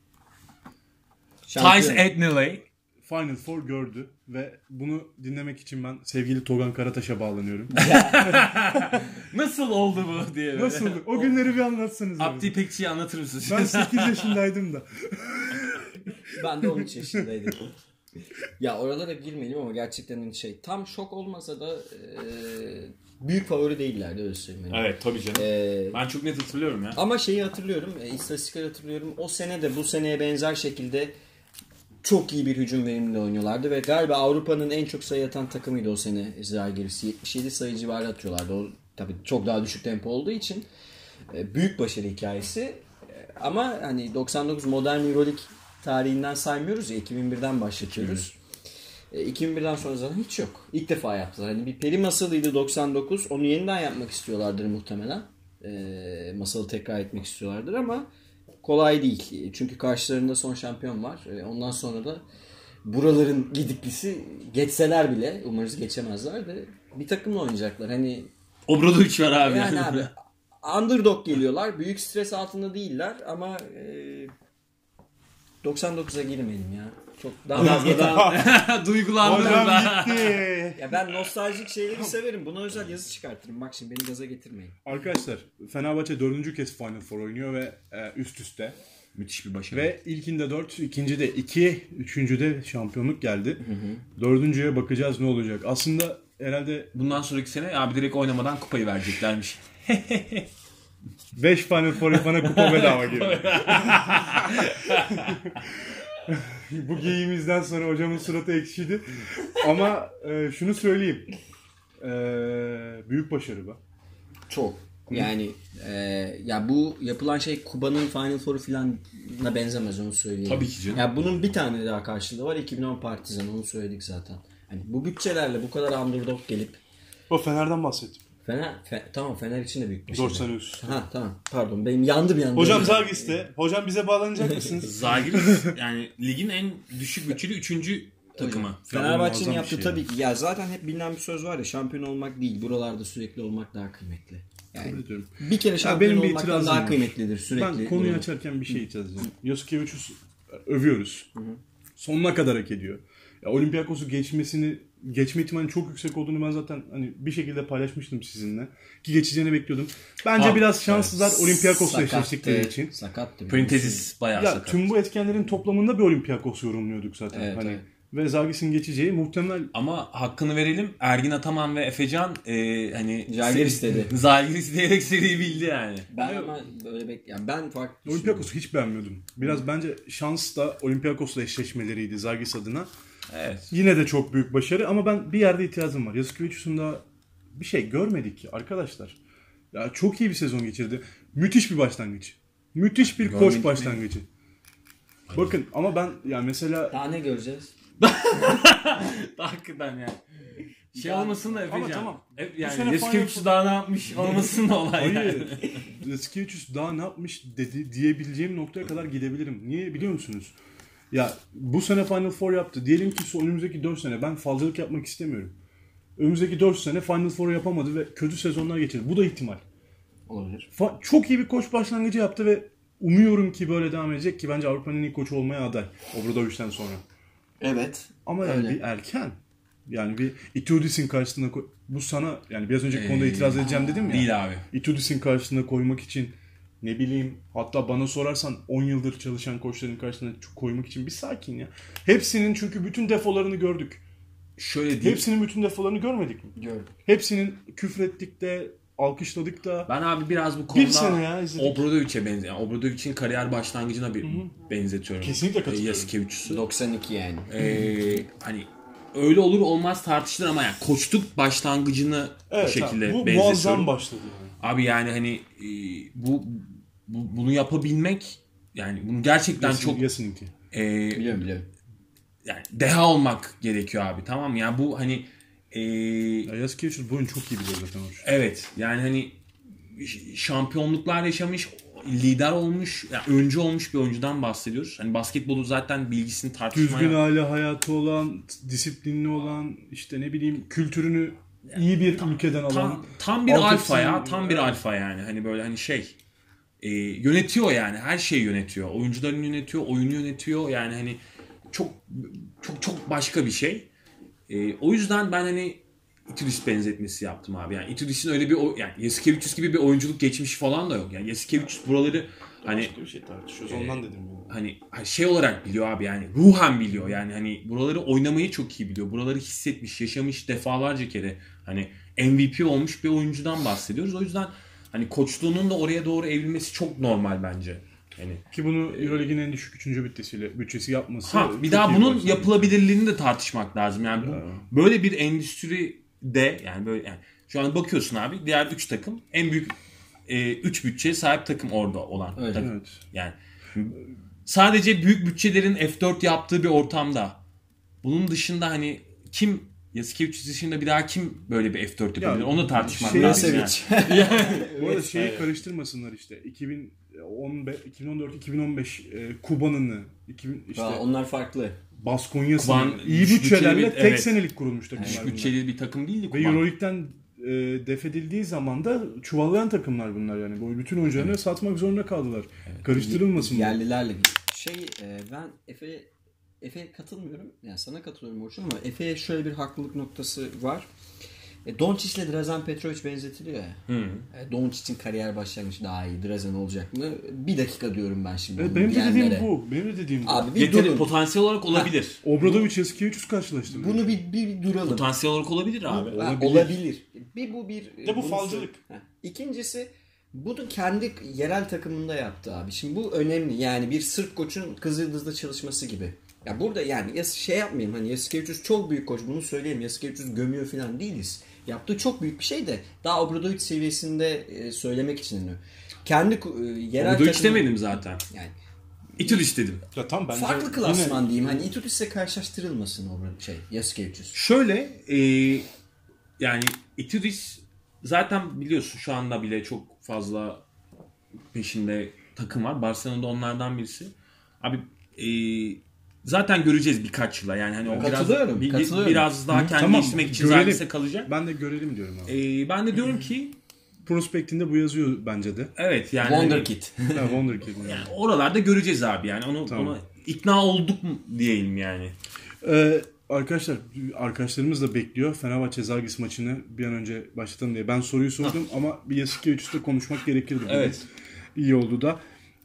Thais Etniley. Final Four gördü ve bunu dinlemek için ben sevgili Togan Karataş'a bağlanıyorum. Nasıl oldu bu diye. böyle. Nasıl? O günleri bir anlatsanız. Abdi abi. İpekçi'yi anlatır mısın? Ben sekiz yaşındaydım da. Ben de on üç yaşındaydım. Ya oralara girmeyelim ama gerçekten şey, tam şok olmasa da e, büyük favori değillerdi, öyle söyleyeyim. Yani. Evet tabii canım. E, Ben çok net hatırlıyorum ya. ama şeyi hatırlıyorum, e, istatistikleri hatırlıyorum. O sene de bu seneye benzer şekilde çok iyi bir hücum verimli oynuyorlardı ve galiba Avrupa'nın en çok sayı atan takımıydı o sene Zalgiris. yetmiş yedi sayı civarı atıyorlardı. O tabii çok daha düşük tempo olduğu için e, büyük başarı hikayesi. E, ama hani doksan dokuz modern Euroleague tarihinden saymıyoruz ya, iki bin birden başlatıyoruz. E, iki bin birden sonra zaten hiç yok. İlk defa yaptılar. Hani bir peri masalıydı doksan dokuz. Onu yeniden yapmak istiyorlardır muhtemelen. E, masalı tekrar etmek istiyorlardır ama kolay değil. Çünkü karşılarında son şampiyon var. Ondan sonra da buraların gidiklisi geçseler bile, umarız geçemezler de, bir takımla oynayacaklar. Hani Obradoviç var abi. yani abi underdog geliyorlar. Büyük stres altında değiller ama e, doksan dokuza girmeyelim ya. Çok daha fazla Duygulandım Hocam ben. gitti. ya ben nostaljik şeyleri severim. Buna özel yazı çıkartırım. Bak şimdi beni gaza getirmeyin. Arkadaşlar, Fenerbahçe dördüncü kez Final Four oynuyor ve e, üst üste. Müthiş bir başarı. Ve ilkinde dört, ikincide iki, üçüncüde şampiyonluk geldi. Dördüncüye bakacağız ne olacak. Aslında herhalde bundan sonraki sene abi direkt oynamadan kupayı vereceklermiş. beş Final Four yapana kupa bedava geliyor. Bu geyiğimizden sonra hocamın suratı ekşidi. Ama e, şunu söyleyeyim. Ee, büyük başarı be. Çok. Yani e, ya bu yapılan şey Kuba'nın Final Four'u filanla benzemez, onu söyleyeyim. Tabii ki canım. Ya bunun bir tane daha karşılığı var, iki bin on Partizan, onu söyledik zaten. Hani bu bütçelerle bu kadar underdog gelip O Fener'den bahsettim. Fener Fe, tamam Fener için de büyük bir şey. dört sene üst. Ha tamam pardon, benim yandı bir anda. Hocam Zalgiris'te. Hocam bize bağlanacak mısınız? Zalgiris yani ligin en düşük bütçeli üçüncü takımı. Fenerbahçe'nin muazzam yaptığı bir şey tabii ki ya zaten hep bilinen bir söz var ya, şampiyon olmak değil, buralarda sürekli olmak daha kıymetli. Yani ediyorum. bir kere şampiyon benim bir olmaktan itirazım daha var. kıymetlidir sürekli. Ben konuyu durmak. açarken bir şey itiraz edeceğim. Yasikevicius'u övüyoruz. Sonuna kadar hak ediyor. Ya, Olympiakos'u geçmesini geçme ihtimali çok yüksek olduğunu ben zaten hani bir şekilde paylaşmıştım sizinle. Ki geçeceğini bekliyordum. Bence Abi, biraz şanslılar Olympiakos'la Sakattı, eşleştikleri için. Sakattı. Printezis bayağı Ya sakat. tüm bu etkenlerin toplamında bir Olympiakos yorumluyorduk zaten. Evet, hani evet. ve Zalgiris'in geçeceği muhtemel. Ama hakkını verelim. Ergin Ataman ve Efecan e, hani Zalgiris dedi. Zalgiris diyerek seriyi bildi yani. Ben ama böyle bek yani ben farklı Olympiakos'u hiç beğenmiyordum. Biraz bence şans da Olympiakos'la eşleşmeleriydi Zalgiris adına. Evet. Yine de çok büyük başarı ama ben bir yerde itirazım var. Yasikevicius'un da bir şey görmedik ki arkadaşlar. Ya çok iyi bir sezon geçirdi. Müthiş bir başlangıç. Müthiş bir koç Görmedik başlangıcı. Bakın ama ben yani mesela daha ne göreceğiz? Hakikaten yani. Şey Ya- olmasın da Efecan. Ama tamam. Hep Bu yani sene Yasikevicius Final- daha ne yapmış olmasın da olay yani. hayır. Yasikevicius daha ne yapmış dedi diyebileceğim noktaya kadar gidebilirim. Niye biliyor musunuz? Ya bu sene Final Four yaptı. Diyelim ki son önümüzdeki dört sene ben falcılık yapmak istemiyorum. Önümüzdeki dört sene Final Four yapamadı ve kötü sezonlar geçirdi. Bu da ihtimal. Olabilir. Fa- çok iyi bir koç başlangıcı yaptı ve umuyorum ki böyle devam edecek ki bence Avrupa'nın en iyi koçu olmaya aday. Obradovic'ten sonra. Evet. Ama yani Öyle. bir erken. Yani bir Itudis'in karşısına koy- bu sana yani biraz önceki Ee, konuda itiraz edeceğim dedim ya. Değil abi. Itudis'in karşısına koymak için ne bileyim hatta bana sorarsan on yıldır çalışan koçların karşısına koymak için bir sakin ya. Hepsinin çünkü bütün defolarını gördük. Şöyle değil. Hepsinin bütün defolarını görmedik mi? Gördüm. Hepsinin küfrettik de alkışladık da. Ben abi biraz bu konuda Bir sene ya izledik. Obradovic'e benziyor. Yani Obradovic'in kariyer başlangıcına bir benzetiyorum. Kesinlikle katılıyorum. Yasikevicius'u. doksan iki yani. Ee, hani öyle olur olmaz tartışılır ama yani koçluk başlangıcını Evet, bu şekilde tamam. Bu benzetiyorum. muazzam başladı yani. Abi yani hani e, bu, bu bunu yapabilmek yani bunu gerçekten Yasin, çok Yasin'inki. e, Biliyorum biliyorum. yani deha olmak gerekiyor abi, tamam mı? Yani bu hani e, Ya Yasikevicius bu oyunu çok iyi biliyor zaten. Hoş. evet yani hani ş- şampiyonluklar yaşamış, lider olmuş, yani öncü olmuş bir oyuncudan bahsediyoruz. Hani basketbolu zaten bilgisini tartışmaya... Düzgün aile hayatı olan, disiplinli olan, işte ne bileyim kültürünü iyi bir ülkeden alan. Tam, tam bir altyapısını- alfa ya. Tam bir Evet. alfa yani. Hani böyle hani şey e, yönetiyor yani. Her şeyi yönetiyor. Oyuncularını yönetiyor. Oyunu yönetiyor. Yani hani çok çok çok başka bir şey. E, o yüzden ben hani Itudis benzetmesi yaptım abi. Yani Itudis'in öyle bir o- yani Yasikevicius gibi bir oyunculuk geçmişi falan da yok. Yani Yasikevicius buraları hani Başka bir şey tartışıyoruz. Ondan dedim. Yani. hani şey olarak biliyor abi, yani ruhen biliyor, yani hani buraları oynamayı çok iyi biliyor. Buraları hissetmiş, yaşamış defalarca kere. Hani M V P olmuş bir oyuncudan bahsediyoruz. O yüzden hani koçluğunun da oraya doğru evrilmesi çok normal bence. Hani Ki bunu Euroleague'in en düşük üçüncü bütçesiyle bütçesi yapması. ha bir çok daha iyi bunun başlangıç. yapılabilirliğini de tartışmak lazım. Yani bu, böyle bir endüstride yani böyle yani şu an bakıyorsun abi, diğer üç takım en büyük üç bütçeye sahip takım orada olan Evet. takım. Evet. Yani sadece büyük bütçelerin F dört yaptığı bir ortamda bunun dışında hani kim, Yasikevicius dışında bir daha kim böyle bir F dört yapabilir? Ya, Onu tartışmak şey- lazım yani. Bu arada şeyi karıştırmasınlar işte. iki bin on beş, iki bin on dört iki bin on beş e, Kuban'ını, iki bin işte Aa, onlar farklı. Baskonya'sını Kuban iyi düşük bütçelerle bütçeli bir- tek evet. senelik kurulmuş takımlar. Düşük bunlar. bütçeli bir takım değildi Ve Kuban. Euroleague'den e, defedildiği zaman da çuvallayan takımlar bunlar yani. Bu bütün oyuncularını satmak zorunda kaldılar. Karıştırılmasın. bu. Yerlilerle. Şey e, ben Efe Efe'ye katılmıyorum. Yani sana katılıyorum Orçun ama Efe'ye şöyle bir haklılık noktası var. E, Doncic ile Drazen Petrovic benzetiliyor ya. Hı. E, Doncic'in kariyer başlangıcı daha iyi. Drazen olacak mı? Bir dakika diyorum ben şimdi. Evet, onu benim de dediğim diyenlere. bu. Benim de dediğim bu. Abi bir Yeteri durun. potansiyel olarak olabilir. Obradovic Yasikevicius karşılaştırıyor. Bunu bir, bir, bir duralım. Potansiyel olarak olabilir abi. Ha, Olabilir. olabilir. Bir bu bir. De bu bunu falcılık. sor- Ha. İkincisi bunu kendi yerel takımında yaptı abi. Şimdi bu önemli. Yani bir Sırp koçun Kızıldız'da çalışması gibi. Ya burada yani ya şey yapmayayım hani Yasikevicius çok büyük koç, bunu söyleyeyim. Yasikevicius gömüyor falan değiliz. yaptığı çok büyük bir şey de daha Obradovic seviyesinde e, söylemek için hani kendi e, yerel Obradovic takımı demedim zaten. yani Itudis dedim. Ya tam bence farklı klasman yine... diyeyim. Hani Itudis'le karşılaştırılmasın o şey Yasikevicius. Şöyle e, yani Itudis zaten biliyorsun şu anda bile çok fazla peşinde takım var. Barcelona'da onlardan birisi. Abi e, zaten göreceğiz birkaç yıla. Yani hani o biraz Katılıyorum, bir- katılıyorum. biraz daha kendini Tamam, geliştirmek için görelim. Zalgis'e kalacak. Ben de görelim diyorum abi. E, ben de diyorum ki Prospektinde bu yazıyor bence de. evet yani hani- Wonderkid. Ha, Wonderkid. yani oralarda göreceğiz abi yani onu Tamam. ona ikna olduk mu diyelim yani. Ee, arkadaşlar arkadaşlarımız da bekliyor Fenerbahçe Zalgiris maçını bir an önce başlatalım diye. Ben soruyu sordum ama bir Yasikevicius'ta konuşmak gerekirdi. bugün. Evet. İyi oldu da.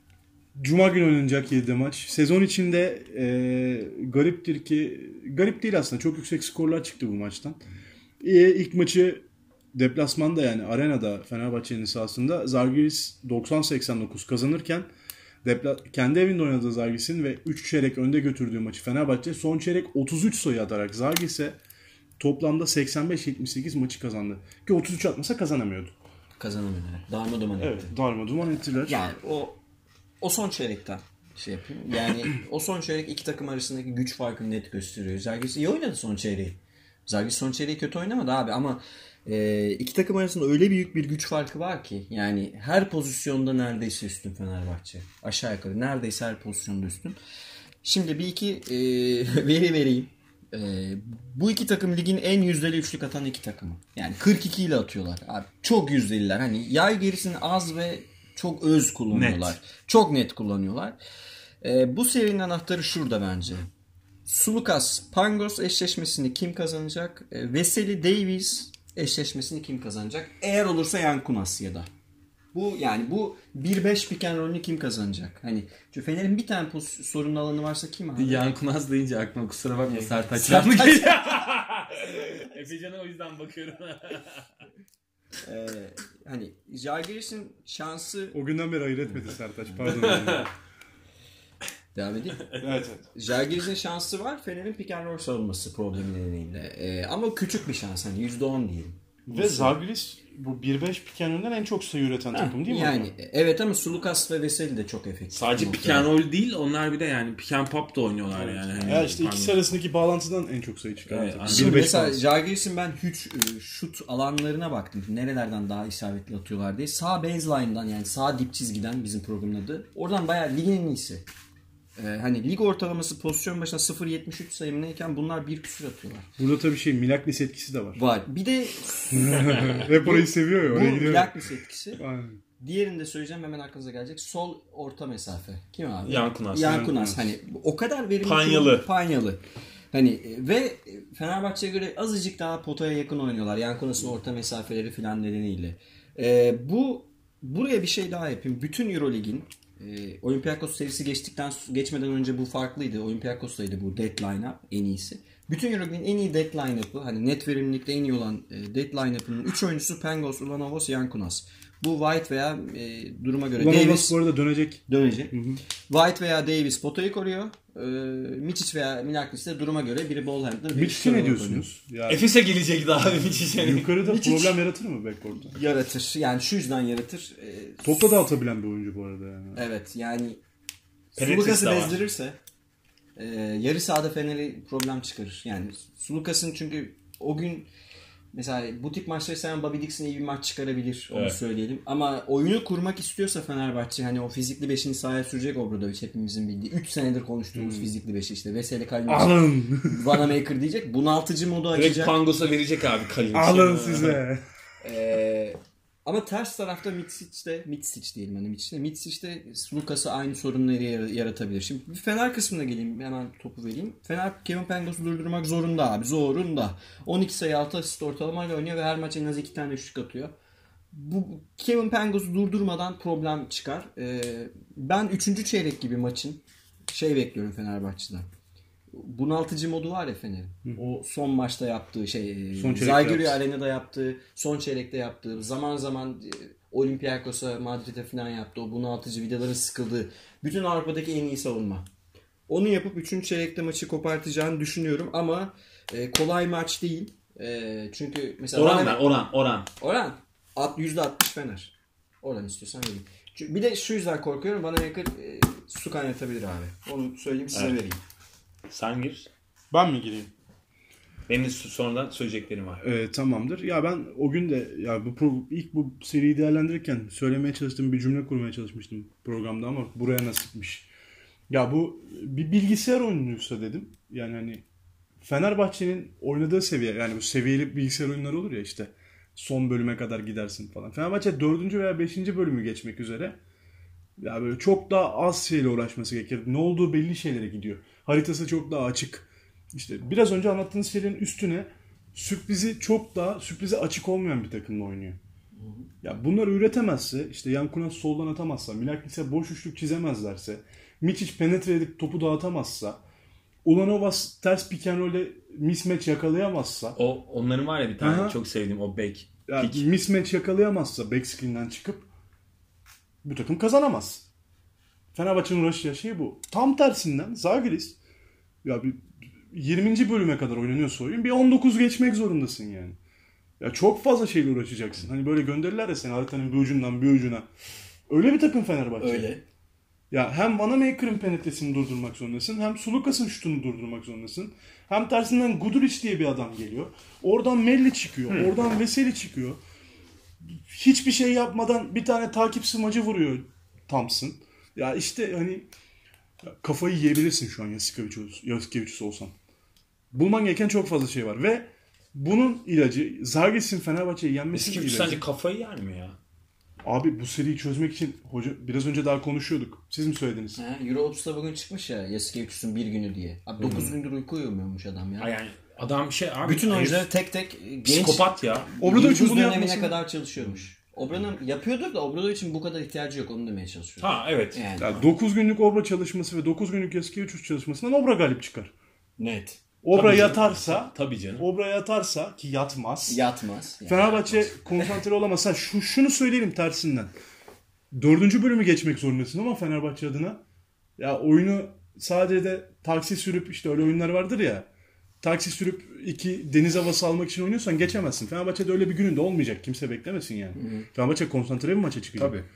Cuma günü oynanacak yedide maç. Sezon içinde e, gariptir ki garip değil aslında. Çok yüksek skorlar çıktı bu maçtan. E, ilk maçı deplasmanda yani arenada Fenerbahçe'nin sahasında Zalgiris doksan seksen dokuz kazanırken depla- kendi evinde oynadığı Zalgiris'in ve üç çeyrek önde götürdüğü maçı Fenerbahçe son çeyrek otuz üç sayı atarak Zalgiris'e toplamda seksen beş yetmiş sekiz maçı kazandı. Ki otuz üç atmasa kazanamıyordu. Kazanamıyor. Darma duman etti. Evet, darma duman ettiler. Yani o o son çeyrekten şey yapayım. Yani o son çeyrek iki takım arasındaki güç farkını net gösteriyor. Zalgiris iyi oynadı son çeyreği. Zalgiris son çeyreği kötü oynamadı abi ama e, iki takım arasında öyle büyük bir güç farkı var ki yani her pozisyonda neredeyse üstün Fenerbahçe. Aşağı yukarı neredeyse her pozisyonda üstün. Şimdi bir iki e, veri vereyim. E, bu iki takım ligin en yüzdeli üçlük atan iki takımı. Yani kırk iki ile atıyorlar. Abi, çok yüzdeliler. Hani yay gerisini az ve çok öz kullanıyorlar. Net. Çok net kullanıyorlar. E, bu serinin anahtarı şurada bence. Sulukas Pangos eşleşmesini kim kazanacak? E, Veseli Davies eşleşmesini kim kazanacak? Eğer olursa Yankunas ya da. Bu yani bu bir beş pick and roll'ünü kim kazanacak? Hani çünkü Fener'in bir tane pos- sorunlu alanı varsa kim abi? Yankınaz deyince aklıma kusura bakma Sertaç. Sertaç. Efecan'a o yüzden bakıyorum. Ee, hani Žalgiris'in şansı O günden beri hayır etmedi Sertaç. Pardon. devam edeyim. evet, evet. Žalgiris'in şansı var. Fener'in pick and roll savunması problemi nedeniyle. Ee, ama küçük bir şans hani yüzde on diyelim. Ve Zalgiris bu bir beş pikenönden en çok sayı üreten takım değil mi? Yani evet ama Sulukas ve Veseli de çok efektif. Sadece pick and roll değil onlar bir de yani pick and pop da oynuyorlar yani. Hani Ya işte ikisi arasındaki bağlantıdan en çok sayı çıkan Evet, takım. aynen. Şimdi bir beş mesela bağlantısı. Žalgiris'in ben hiç e, şut alanlarına baktım. Nerelerden daha isabetli atıyorlar diye. Sağ baseline'dan yani sağ dip çizgiden bizim programın adı. Oradan bayağı ligin en iyisi. Ee, hani lig ortalaması pozisyon başına sıfır virgül yetmiş üç sayımlıyken bunlar bir küsür atıyorlar. Burada tabii şey Milaknis etkisi de var. Var. Bir de Hep orayı seviyor ya. bu Oraya gidiyor. Milaknis etkisi. Aynen. Diğerini de söyleyeceğim hemen aklınıza gelecek. Sol orta mesafe. Kim abi? Yankunas. Yankunas. Hani o kadar verimli. Panyalı. Panyalı. Hani e, ve Fenerbahçe'ye göre azıcık daha potaya yakın oynuyorlar. Yankunas'ın orta mesafeleri filan nedeniyle. Ee, bu buraya bir şey daha yapayım. Bütün Eurolig'in e, Olympiakos serisi geçtikten geçmeden önce bu farklıydı. Olympiakos'taydı bu dead line-up en iyisi. Bütün Eurolig'in en iyi dead line-up'ı hani net verimlilikte en iyi olan e, dead line-up'ının üç oyuncusu Pangos, Ulanovos, Yankunas. Bu White veya e, duruma göre Ulanovas Davis bu arada dönecek. dönecek. White veya Davis potayı koruyor. E, Mičić veya Milaknis de duruma göre biri ball handler. biri Miçic'e server ne oynuyor. diyorsunuz? Ya, Efes'e gelecekti abi Miçic'e. yukarıda Miçic- problem yaratır mı backcourt'ta? Yaratır. Yani şu yüzden yaratır. E, Topla da atabilen bir oyuncu bu arada yani. Evet yani Penetresi Sulukas'ı de var. bezdirirse e, yarı sahada Fener'e problem çıkarır. Yani Sulukas'ın çünkü o gün mesela bu tip maçları seven Bobby Dixon iyi bir maç çıkarabilir. Onu Evet. söyleyelim. Ama oyunu kurmak istiyorsa Fenerbahçe hani o fizikli beşini sahaya sürecek Obradovic hepimizin bildiği. üç senedir konuştuğumuz Hmm. fizikli beşi işte. Veseli Kalinic, Alın. Vanamaker diyecek. Bunaltıcı modu Direkt açacak. Pangos'a verecek abi Kalinic. Alın size. Ee, ama ters tarafta Mitsic de Mitsic diyelim hani Mitsic de Mitsic de Sulukas'a aynı sorunları yar- yaratabilir. Şimdi bir Fener kısmına geleyim hemen topu vereyim. Fener Kevin Pangos'u durdurmak zorunda abi zorunda. on iki sayı altı asist ortalamayla oynuyor ve her maç en az iki tane üçlük atıyor. Bu Kevin Pangos'u durdurmadan problem çıkar. Ee, ben üçüncü çeyrek gibi maçın şey bekliyorum Fenerbahçe'den. Bunaltıcı modu var ya Fener'in. O son maçta yaptığı şey, Son çeyrekte Zalgiris yaptı. Arena'da yaptığı, son çeyrekte yaptığı, zaman zaman e, Olympiakos'a, Madrid'e falan yaptığı o bunaltıcı vidaların sıkıldığı, bütün Avrupa'daki en iyi savunma. Onu yapıp üçüncü çeyrekte maçı kopartacağını düşünüyorum ama e, kolay maç değil. Ee, çünkü mesela Oran Vaname- ver, oran, oran. Oran at- yüzde altmış Fener. Oran istiyorsan vereyim. Çünkü bir de şu yüzden korkuyorum. Vanamaker e, su kaynatabilir abi. Onu söyleyeyim size Evet. vereyim. Sen gir. Ben mi gireyim? Benim de sonradan söyleyeceklerim var. Ee, tamamdır. Ya ben o gün de ya bu pro, ilk bu seriyi değerlendirirken söylemeye çalıştığım bir cümle kurmaya çalışmıştım programda ama buraya nasipmiş. Ya bu bir bilgisayar oyunuysa dedim. Yani hani Fenerbahçe'nin oynadığı seviye, yani bu seviyeli bilgisayar oyunları olur ya, işte son bölüme kadar gidersin falan. Fenerbahçe dördüncü veya beşinci bölümü geçmek üzere. Ya böyle çok daha az şeyle uğraşması gerekir. Ne olduğu belli şeylere gidiyor. Haritası çok daha açık. İşte biraz önce anlattığınız şeylerin üstüne sürprizi çok daha sürprize açık olmayan bir takımla oynuyor. Ya bunları üretemezse, işte Yankunas soldan atamazsa, Milaknis'e boş üçlük çizemezlerse, Mičić penetre edip topu dağıtamazsa, Ulanovas ters pick and roll'e mismatch yakalayamazsa, O onların var ya bir tane Aha. çok sevdiğim o back. ya Pick. mismatch yakalayamazsa backscreen'den çıkıp bu takım kazanamaz. Fenerbahçe'nin uğraşacağı şey bu. Tam tersinden Žalgiris ya bir yirminci bölüme kadar oynanıyorsa oyun bir on dokuz geçmek zorundasın yani. Ya çok fazla şeyle uğraşacaksın. Hani böyle gönderirler ya seni haritanın bir ucundan bir ucuna. Öyle bir takım Fenerbahçe. Öyle. Ya hem Vanamaker'ın penetresini durdurmak zorundasın, hem Sulukas'ın şutunu durdurmak zorundasın. Hem tersinden Guduric diye bir adam geliyor. Oradan Melli çıkıyor, Hmm. oradan Veseli çıkıyor. Hiçbir şey yapmadan bir tane takip smacı vuruyor Thompson. Ya işte hani kafayı yiyebilirsin şu an Yasikevicius olsan. Bulman gereken çok fazla şey var ve bunun ilacı Žalgiris'in Fenerbahçe'yi yenmesinin Eski ilacı. sence kafayı yer mi ya? Abi bu seriyi çözmek için hoca biraz önce daha konuşuyorduk. Siz mi söylediniz? Ha, Euroops'ta bugün çıkmış ya Yasikevicius'un bir günü diye. Abi dokuz gündür uyku uyumuyormuş adam ya. Ha yani adam şey abi. Bütün herif oyuncuları tek tek genç psikopat ya. Obradovic'in yıldız bunu dönemine yapması- kadar çalışıyormuş. Obra'nın yapıyordur da Obradovic'in bu kadar ihtiyacı yok, onu demeye çalışıyor. Ha evet. Yani Yani dokuz günlük Obra çalışması ve dokuz günlük Yasikevicius çalışmasından Obra galip çıkar. net. Obra Tabii canım. yatarsa, Tabii canım. Obra yatarsa ki yatmaz. Yatmaz. Yani Fenerbahçe konsantre olamasa şu şunu söyleyelim tersinden. Dördüncü bölümü geçmek zorundasın ama Fenerbahçe adına ya oyunu sadece de taksi sürüp, işte öyle oyunlar vardır ya, taksi sürüp iki deniz havası almak için oynuyorsan geçemezsin. Fenerbahçe'de öyle bir günün de olmayacak. Kimse beklemesin yani. Fenerbahçe konsantre bir maça çıkacak. Tabii.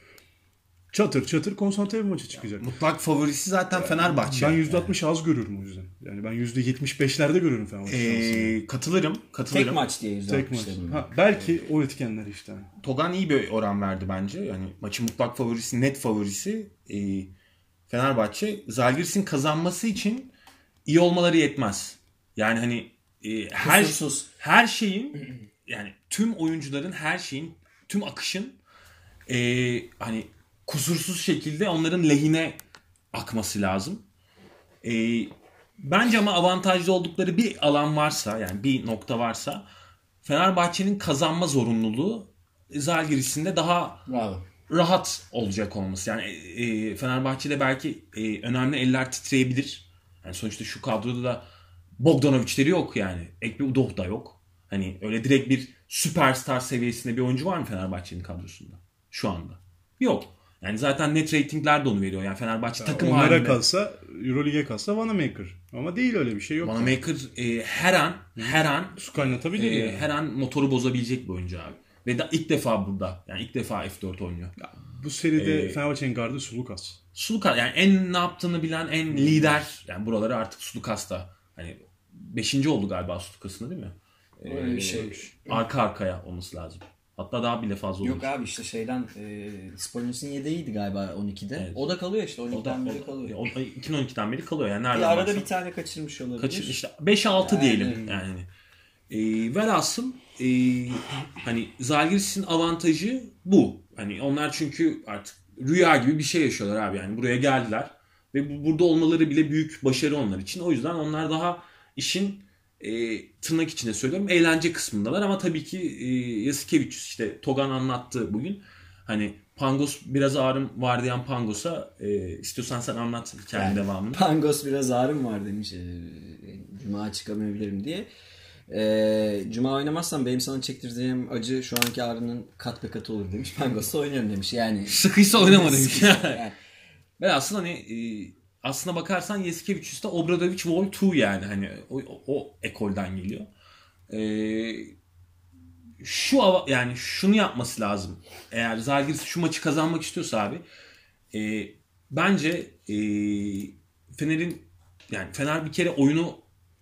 Çatır çatır konsantre bir maça çıkacak. Mutlak favorisi zaten Fenerbahçe. Ben yüzde altmış az görüyorum o yüzden. Yani ben yüzde yetmiş beşlerde görüyorum Fenerbahçe şansını. Ee, katılırım. Katılırım. tek maç diye yüzde Tek altmış maç. dedim. Ha, belki o etkenler işte. Togan iyi bir oran verdi bence. Yani maçın mutlak favorisi, net favorisi e, Fenerbahçe. Žalgiris'in kazanması için iyi olmaları yetmez. Yani hani e, her Kusursuz. her şeyin, yani tüm oyuncuların, her şeyin, tüm akışın e, hani kusursuz şekilde onların lehine akması lazım. E, bence ama avantajlı oldukları bir alan varsa, yani bir nokta varsa, Fenerbahçe'nin kazanma zorunluluğu Žalgiris'in de daha Bravo. rahat olacak olması. Yani e, Fenerbahçe'de belki e, önemli eller titreyebilir. Yani sonuçta şu kadroda da Bogdanovic'leri yok yani. Ekbe Udoh da yok. Hani öyle direkt bir süperstar seviyesinde bir oyuncu var mı Fenerbahçe'nin kadrosunda? Şu anda. Yok. Yani zaten net ratingler de onu veriyor. Yani Fenerbahçe takım Onlara halinde. kalsa, Euroleague'e kalsa Vanamaker. Ama değil, öyle bir şey yok. Vanamaker e, her an her an Su kaynatabilir e, yani. her an motoru bozabilecek bir oyuncu abi. Ve da ilk defa burada. Yani ilk defa F dört oynuyor. Bu seride Ee, Fenerbahçe'nin gardı Sulukas. Sulukas yani en ne yaptığını bilen, en lider. Yani buraları artık Sulukas'ta. Hani beşinci oldu galiba Sulukas'ın, değil mi? Öyle bir şey. Arka arkaya olması lazım. Hatta daha bile fazla olur. Yok abi işte şeyden e, Spolnius'un yedeğiydi galiba on ikide. Evet. O da kalıyor işte on O da ikiden beri o, kalıyor. o, iki bin on ikiden beri kalıyor. Yani nereden Bir arada baksan. bir tane kaçırmış olabilir. Kaçır, işte beş altı Yani. diyelim yani. E, velhasıl e, hani Žalgiris'in avantajı bu. Hani onlar çünkü artık rüya gibi bir şey yaşıyorlar abi. Yani buraya geldiler ve bu, burada olmaları bile büyük başarı onlar için. O yüzden onlar daha işin e, tırnak içinde söylüyorum eğlence kısmındalar ama tabii ki e, Yasikevicius, işte Togan anlattı bugün. Hani Pangos biraz ağrım var diyen Pangos'a e, istiyorsan sen anlat hikayenin Yani devamını. Pangos biraz ağrım var demiş. E, Cuma çıkamayabilirim diye. E, Cuma oynamazsam benim sana çektireceğim acı şu anki ağrının kat be katı olur demiş. Pangos'ta oynuyorum demiş. Yani Sıkıysa oynama demiş. yani, Ve aslında hani e, aslına bakarsan Yasikevicius da Obradovic Vol iki yani hani o, o, o ekolden geliyor. Ee, şu ava- yani şunu yapması lazım. Eğer Zalgiris şu maçı kazanmak istiyorsa abi, e, bence e, Fener'in yani Fener bir kere oyunu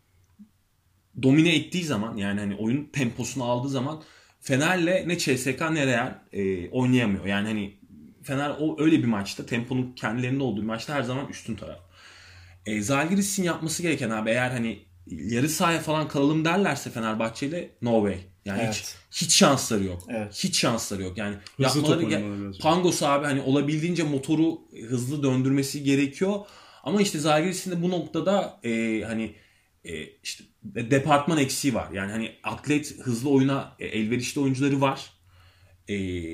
domine ettiği zaman, yani hani oyun temposunu aldığı zaman Fener'le ne C S K ne Real e, oynayamıyor. Yani hani Fener o öyle bir maçta, temponun kendilerinde olduğu bir maçta her zaman üstün taraf. E, Zalgiris'in yapması gereken abi, eğer hani yarı sahaya falan kalalım derlerse Fenerbahçe'yle, no way. Yani Evet. hiç hiç şansları yok. Evet. Hiç şansları yok. Yani Hızlı yapmaları top ge- oynamaları lazım. Pangos abi hani olabildiğince motoru hızlı döndürmesi gerekiyor. Ama işte Zalgiris'in de bu noktada e, hani e, işte departman eksiği var. Yani hani atlet, hızlı oyuna e, elverişli oyuncuları var. E,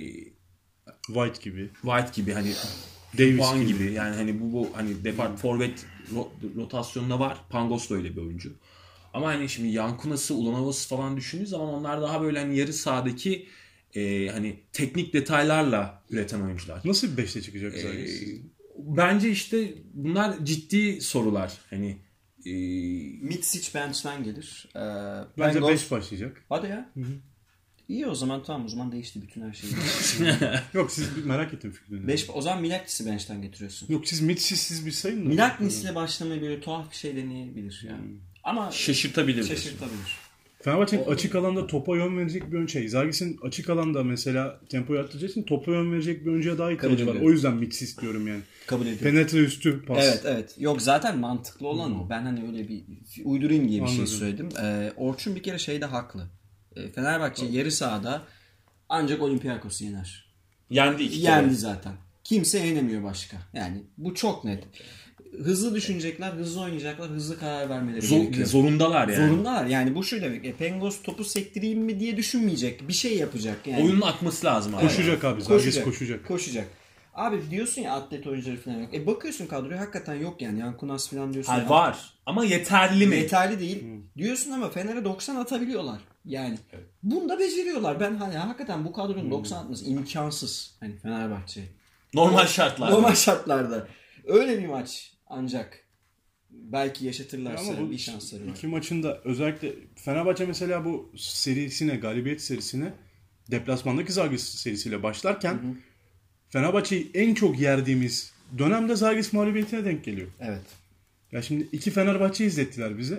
White gibi. White gibi, hani Davis Juan gibi. gibi. Yani hani bu bu hani depart forvet ro- rotasyonunda var. Pangos da öyle bir oyuncu. Ama hani şimdi Yankunas'ı, Ulanovas'ı falan düşündüğü zaman onlar daha böyle hani yarı sahadaki e, hani teknik detaylarla üreten oyuncular. Nasıl bir beşte çıkacak E, Zalgiris? bence işte bunlar ciddi sorular. Hani e, Mitsic bench'ten gelir. Ee, Bence Pangos- beş başlayacak. Hadi ya. İyi o zaman, tamam, o zaman değişti bütün her şey. Yok, siz merak ettim fikrini. beş, o zaman Milaknis'i bench'ten getiriyorsun. Yok, siz midsiz siz bir sayın da. Milaknis'le başlamayı böyle tuhaf bir şey deneyebilir yani. Ama şaşırtabilir. şaşırtabilir. Fenerbahçe'nin açık alanda topa yön verecek bir oyuncu şey. Zalgiris'in açık alanda mesela tempoyu arttıracağı için topa yön verecek bir oyuncuya daha ihtiyacı var. ediyorum. O yüzden mix istiyorum yani. Kabul ediyorum. Penetre üstü pas. Evet evet. Yok, zaten mantıklı olan o. Ben hani öyle bir uydurayım diye bir Anladım. şey söyledim. Ee, Orçun bir kere şeyde haklı. Ee, Fenerbahçe yarı sahada ancak Olympiakos'u yener. Yendi iki kere. Yendi zaten. Kimse yenemiyor başka. Yani bu çok net. Hızlı düşünecekler, hızlı oynayacaklar, hızlı karar vermeleri Zor- gerekiyor. zorundalar yani. Zorundalar. Yani bu şu demek. E, Pengos topu sektireyim mi diye düşünmeyecek. Bir şey yapacak. Yani. Oyunun akması lazım abi. Koşacak abi. Zalgiris koşacak. Koşacak. Abi diyorsun ya atlet oyuncuları falan yok. E bakıyorsun kadroya hakikaten yok yani. Yankunas falan diyorsun. Hayır, var. Ama yeterli mi? Yeterli değil. Diyorsun ama Fener'e doksan atabiliyorlar. Yani bunu da beceriyorlar. Ben hani hakikaten bu kadronun doksan atması imkansız. Hani Fenerbahçe. Normal şartlar. Normal şartlarda. Öyle bir maç ancak belki yaşatırlarsa Ama bu bir şansları var. iki maçında özellikle Fenerbahçe mesela bu serisine, galibiyet serisine deplasmandaki Zalgiris serisiyle başlarken hı hı. Fenerbahçe'yi en çok yerdiğimiz dönemde Zalgiris mağlubiyetine denk geliyor. Evet. Ya şimdi iki Fenerbahçe izlettiler bize.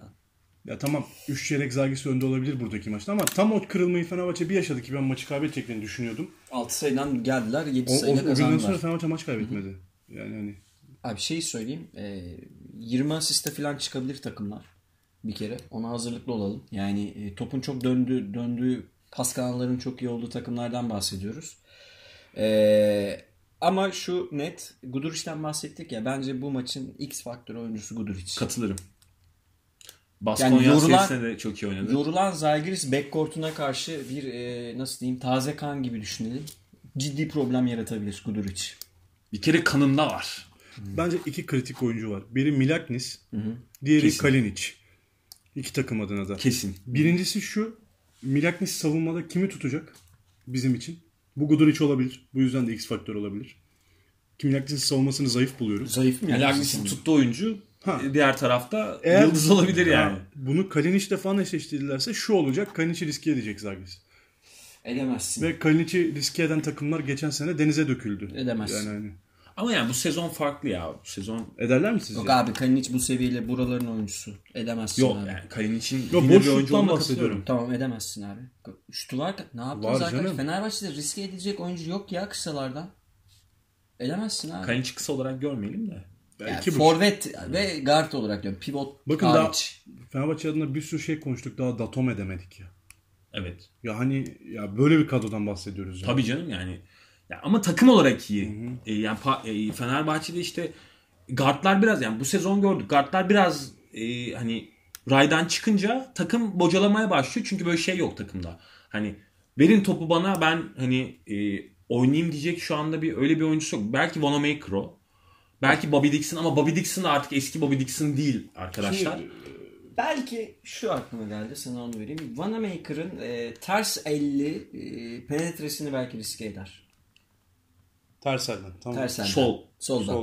Ya tamam üç çeyrek Zalgiris önde olabilir buradaki maçta ama tam o kırılmayı Fenerbahçe bir yaşadı ki ben maçı kaybedeceklerini düşünüyordum. altı sayıdan geldiler, yedi O, o, sayıyla o günden kazandılar. sonra Fenerbahçe maç kaybetmedi. Hı hı. Yani hani abi şeyi söyleyeyim. E, yirmi asiste falan çıkabilir takımlar. Bir kere. Ona hazırlıklı olalım. Yani e, topun çok döndüğü, döndüğü pas kanallarının çok iyi olduğu takımlardan bahsediyoruz. E, ama şu net. Guduric'den bahsettik ya. Bence bu maçın X faktör oyuncusu Guduric. Katılırım. Baskonya Yani yorulan, serisinde de çok iyi oynadı. Yorulan Zalgiris backcourt'una karşı bir e, nasıl diyeyim taze kan gibi düşünelim. Ciddi problem yaratabilir Guduric. Bir kere kanında var. bence iki kritik oyuncu var. Biri Milaknis, Hı hı. diğeri Kesin. Kalinic. İki takım adına da. Kesin. Birincisi şu. Milaknis savunmada kimi tutacak bizim için? Bu Guduric olabilir. Bu yüzden de X faktör olabilir. Ki Milaknis'in savunmasını zayıf buluyorum. Zayıf mı yani? Milagnis'in tuttuğu oyuncu Ha. diğer tarafta Eğer- yıldız olabilir yani. Ya, bunu Kalinic'le falan eşleştirirlerse şu olacak. Kalinic'i riske edecek Zalgiris. Edemezsin. Ve Kalinic'i riske eden takımlar geçen sene denize döküldü. Edemez. Yani hani. Ama yani bu sezon farklı ya. Bu sezon Ederler mi sizce? Yok abi Kalinic bu seviyeyle buraların oyuncusu. Edemezsin yok abi. yani Kalinic'in Yok, yine boş bir oyuncu şuttan olduğuna bahsediyorum. katılıyorum. Tamam edemezsin abi. Şutu var. Ne yaptınız Var arkadaşlar? canım. Fenerbahçe'de riske edecek oyuncu yok ya kısalardan. Edemezsin abi. Kalinic'i kısa olarak görmeyelim de. Yani Yani iki buçuk. forvet ve guard olarak diyorum. Pivot Bakın hariç. daha Fenerbahçe adına bir sürü şey konuştuk. Daha datom edemedik ya. Evet. Ya hani ya böyle bir kadrodan bahsediyoruz. Ya. Tabii canım yani. Ya ama takım olarak iyi. E, yani pa- e, Fenerbahçe'de işte guardlar biraz, yani bu sezon gördük. Guardlar biraz e, hani raydan çıkınca takım bocalamaya başlıyor. Çünkü böyle şey yok takımda. Hani verin topu bana, ben hani e, oynayayım diyecek şu anda bir öyle bir oyuncusu yok. Belki Wanamaker o. Belki Bobby Dixon ama Bobby Dixon da artık eski Bobby Dixon değil arkadaşlar. Şimdi, Belki şu aklıma geldi, sana onu vereyim. Wanamaker'ın e, ters elli e, penetresini belki riske eder. ters elden. Tamam. Ters elden. Sol. Soldan. Soldan.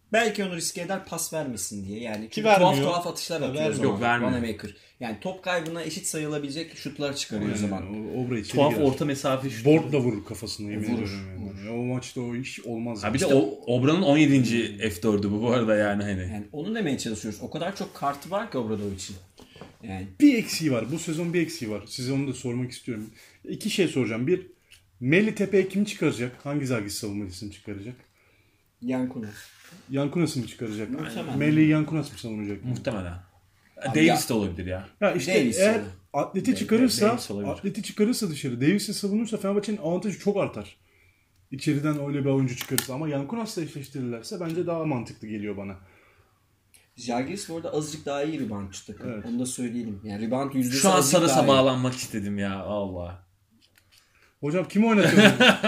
belki onu riske eder pas vermesin diye. Yani çünkü vermiyor. tuhaf tuhaf atışlar atıyor o vermiyor. zaman. Yok, vermiyor. Vanamaker. Yani top kaybına eşit sayılabilecek şutlar çıkarıyor o zaman. Yani, o- Obra içeri Tuhaf girer. orta mesafe şutu. Board'la vurur kafasına yemin Vurur, ediyorum. Yani. O maçta o iş olmaz. Ha bir yani. de o Obra'nın on yedinci F dördü bu bu arada yani hani. Yani onu demeye çalışıyoruz. O kadar çok kartı var ki Obradovic'in. Yani Bir eksiği var. Bu sezon bir eksiği var. Size onu da sormak istiyorum. İki şey soracağım. Bir, Melli Tepe'ye kim çıkaracak? Hangi Zalgiris savunmacısını çıkaracak? Yankunu. Yankunas'ı mı çıkaracak? Muhtemelen. Melli'yi Yankunas mı savunacak? Muhtemelen. Abi Davis ya- de olabilir ya. Ya işte Davis eğer yani. atleti Da- çıkarırsa Davis olabilir. atleti çıkarırsa dışarı Davis'i savunursa Fenerbahçe'nin avantajı çok artar. İçeriden öyle bir oyuncu çıkarırsa ama Yankunas'la eşleştirirlerse bence daha mantıklı geliyor bana. Žalgiris bu arada azıcık daha iyi reboundçı takım. Evet. Onu da söyleyelim. Yani rebound yüzdesi Şu an azıcık daha Saras'a iyi. bağlanmak istedim ya Allah. Hocam kim oynatıyor?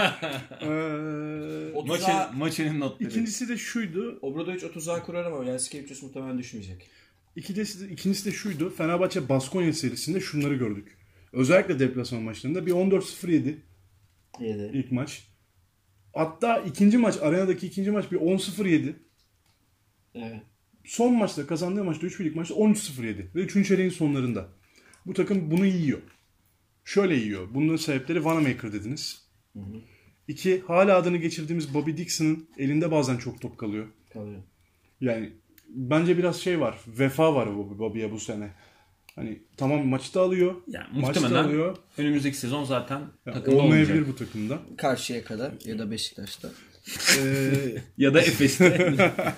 ee, Otuzağa- Maçın, maçının notları. ikincisi de şuydu. Obradovic otuzağa kurar ama Yasikevicius muhtemelen düşmeyecek. İkincisi de, ikincisi de şuydu. Fenerbahçe Baskonya serisinde şunları gördük. Özellikle deplasman maçlarında bir on dört sıfır yedi Yedi. ilk maç. Hatta ikinci maç, arenadaki ikinci maç bir on sıfır yedi. Evet. Son maçta kazandığı maçta üç birlik maçta on üç sıfır yedi. Ve üçüncü çeyreğin sonlarında. Bu takım bunu yiyor. Şöyle yiyor. Bunun sebepleri Vanamaker dediniz. Hı hı. İki, hala adını geçirdiğimiz Bobby Dixon'ın elinde bazen çok top kalıyor. Kalıyor. Yani bence biraz şey var. Vefa var Bobby, Bobby'ye bu sene. Hani tamam maçta alıyor. Yani maçta muhtemelen alıyor. önümüzdeki sezon zaten Yani takımda olmayabilir olmayacak. bu takımda. Karşıya kadar ya da Beşiktaş'ta. Ee, Ya da Efes'te.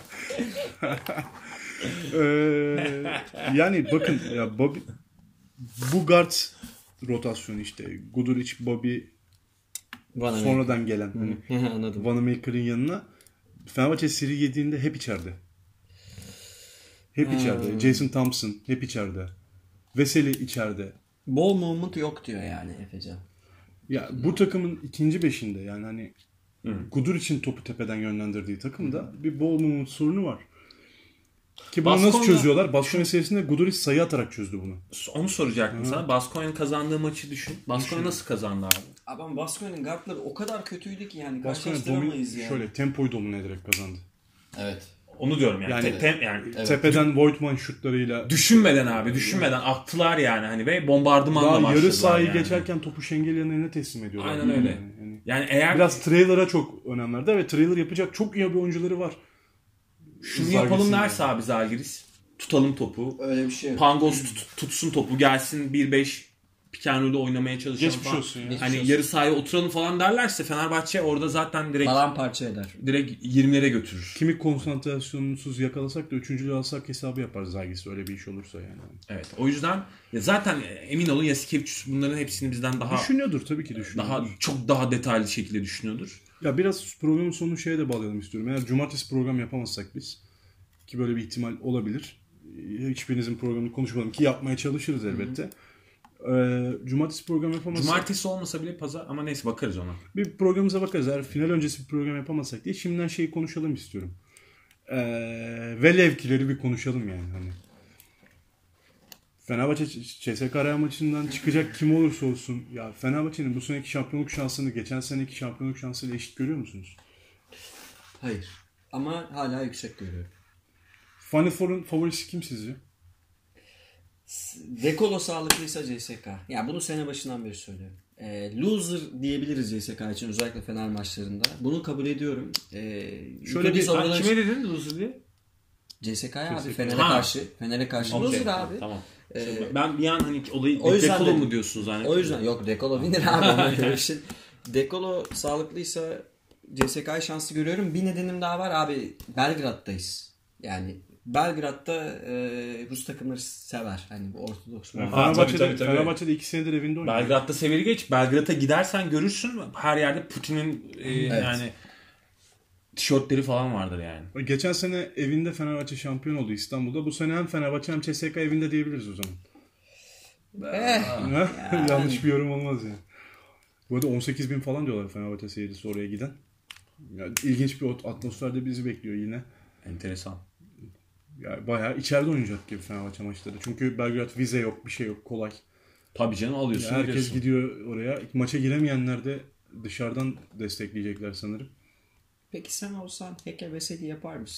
Ee, yani bakın ya Bobby, bu guard rotasyonu işte Guduric, Bobby Vanamaker. sonradan gelen hani Anladım. Vanamaker'ın yanına Fenerbahçe seri yediğinde hep içeride. Hep içeride. Jason Thompson hep içeride. Veseli içeride. Ball movement yok diyor yani Efecan. Ya bu takımın ikinci beşinde yani hani Guduric'in topu tepeden yönlendirdiği takımda bir ball movement sorunu var. Ki bunu nasıl Baskonya- çözüyorlar? Baskonya serisinde Guduric sayı atarak çözdü bunu. Onu soracaktım sana. Baskonya'nın kazandığı maçı düşün. Baskonya nasıl kazandı abi? Abi ama Baskonya'nın guardları o kadar kötüydü ki yani Baskonya karşılaştıramayız domin- yani. şöyle tempoyu domine ederek kazandı. Evet. Onu diyorum yani. Yani- Te- tem- yani Evet. Tepeden Voigtman şutlarıyla düşünmeden abi, düşünmeden attılar yani hani ve bombardımanla daha başladılar. yarı sahayı yani. geçerken topu Şengel'in eline teslim ediyorlar. Aynen öyle. Yani, yani Yani eğer biraz trailer'a çok önem verdi ve trailer yapacak çok iyi bir oyuncuları var. şunu Zalgiris'in yapalım yani. derse abi Zalgiris, tutalım topu. Öyle bir şey yok. Pangos tut- tutsun topu, gelsin bir beş pick and roll'de oynamaya çalışalım Geçmiş falan. olsun ya. Geçmiş Hani olsun. yarı sahaya oturalım falan derlerse Fenerbahçe orada zaten direkt Paramparça eder. direkt yirmilere götürür. Kimi konsantrasyonsuz yakalasak da üçüncülüğü alsak hesabı yapar Zalgiris öyle bir iş olursa yani. Evet. O yüzden ya zaten emin olun Yasikevicius bunların hepsini bizden daha Düşünüyordur tabii ki düşünüyordur. daha çok daha detaylı şekilde düşünüyordur. Ya biraz programın sonunu şeye de bağlayalım istiyorum. Eğer cumartesi program yapamazsak biz ki böyle bir ihtimal olabilir. Hiçbirinizin programını konuşmadım ki yapmaya çalışırız elbette. Ee, cumartesi program yapamazsak Cumartesi olmasa bile pazar ama neyse bakarız ona. bir programımıza bakarız. Eğer final öncesi bir program yapamazsak diye şimdiden şeyi konuşalım istiyorum. Ee, velevkileri bir konuşalım yani. Hani. Fenerbahçe C S K A Real maçından çıkacak kim olursa olsun ya Fenerbahçe'nin bu seneki şampiyonluk şansını geçen seneki şampiyonluk şansıyla eşit görüyor musunuz? Hayır. Ama hala yüksek görüyorum. Final Four'un favorisi kim sizce? Dekolo sağlıklıysa C S K. Ya bunu sene başından beri söylüyorum. Ee, loser diyebiliriz C S K için özellikle Fener maçlarında. Bunu kabul ediyorum. Ee, Şöyle Yukarı bir- Zobradovic- Kime dedin loser diye? C S K'ya abi C S K. Fener'e Ha. karşı. Fener'e karşı Okey, loser abi. Tamam. Ee, Ben bir an hani olayı o yüzden Dekolo dedim. mu diyorsun zannettim. O yüzden yok Dekolo winner abi ona göre bir şey. Dekolo sağlıklıysa C S K'ya şanslı görüyorum. Bir nedenim daha var abi. Belgrad'dayız. Yani Belgrad'da e, Rus takımları sever. Hani bu Ortodoks. Ha, Fenerbahçe'de, tabii, tabii, tabii. Fenerbahçe'de iki senedir evinde oynuyor. Belgrad'da severi geç. Belgrad'a gidersen görürsün her yerde Putin'in e, yani tişörtleri falan vardır yani. Geçen sene evinde Fenerbahçe şampiyon oldu İstanbul'da. Bu sene hem Fenerbahçe hem C S K A evinde diyebiliriz o zaman. Eh, Ha? Yanlış bir yorum olmaz yani. Bu arada on sekiz bin falan diyorlar Fenerbahçe seyircisi oraya giden. Yani ilginç bir atmosferde bizi bekliyor yine. Enteresan. Yani bayağı içeride oynayacak gibi Fenerbahçe maçları. Çünkü Belgrad vize yok, bir şey yok, kolay. Tabii canım alıyorsun. Yani herkes gidiyorsun. gidiyor oraya. Maça giremeyenler de dışarıdan destekleyecekler sanırım. Peki sen olsan Heke Veseli yapar mısın?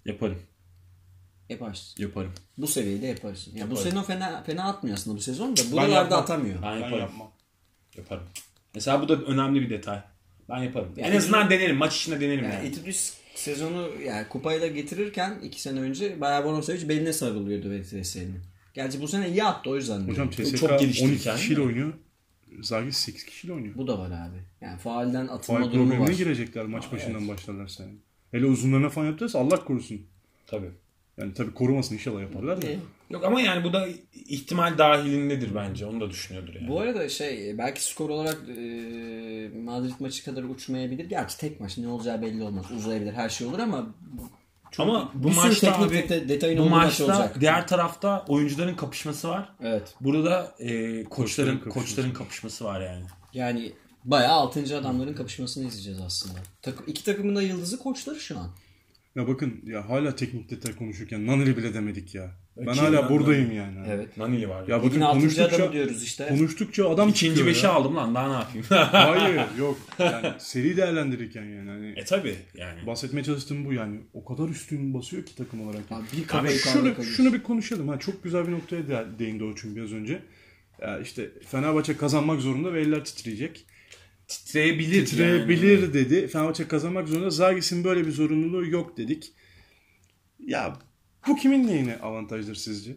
Yaparım. Yaparsın. Yaparım. Bu seviyede yaparsın. Ya bu Yaparım. sene fena fena atmıyor aslında bu sezon da. Ben Buralarda yapmam. atamıyor. Ben Ben yaparım. yapmam. Yaparım. Mesela bu da önemli bir detay. Ben yaparım. Yani en azından denerim. Maç içinde denerim yani. Yani Etibris sezonu yani kupayla getirirken iki sene önce bayağı Bonosevic beline sarılıyordu Veseli'nin. Gerçi bu sene iyi attı o yüzden. Hocam diyorum. C S K çok gelişti on iki kendini. kişiyle oynuyor. Zalgiris sekiz kişiyle oynuyor. Bu da var abi. Yani faalden atılma Faal durumu var. problemine girecekler maç başından başlarlarsa yani. Hele uzunlarına falan yapacağız Allah korusun. Tabii. Yani tabii korumasın inşallah yaparlar da. E, Yok ama yani bu da ihtimal dahilindedir bence. Onu da düşünüyordur yani. Bu arada şey belki skor olarak e, Madrid maçı kadar uçmayabilir. Gerçi tek maç ne olacağı belli olmaz. Uzayabilir her şey olur ama Ama bu bir sürü maçta teknik abi, deta- detayın bu olduğu maç maçta olacak. diğer tarafta oyuncuların kapışması var. Evet. Burada da e, koçların Koçların kapışması. koçların kapışması var yani. Yani bayağı altıncı adamların kapışmasını izleyeceğiz aslında. Tak- iki takımın da yıldızı koçları şu an. Ya bakın ya hala teknik detay konuşurken Naneli bile demedik ya. Ben Kim hala lan buradayım yani. Evet. Nanili var. Ya Bugün bakın altıncı adamı konuştukça diyoruz işte. konuştukça adam İkinci çıkıyor beşi ya. aldım lan daha ne yapayım? Hayır yok. Yani seri değerlendirirken yani. Hani e tabi yani. bahsetmeye çalıştığım bu yani. O kadar üstün basıyor ki takım olarak. Abi bir Abi kafa yukarıda Şunu, kalıyor. şunu bir konuşalım. Ha, çok güzel bir noktaya de- değindi o çünkü biraz önce. Ya işte Fenerbahçe kazanmak zorunda ve eller titreyecek. Titreyebilir. Titreyebilir yani. dedi. Fenerbahçe kazanmak zorunda. Zalgiris'in böyle bir zorunluluğu yok dedik. Ya bu kimin neyine avantajdır sizce?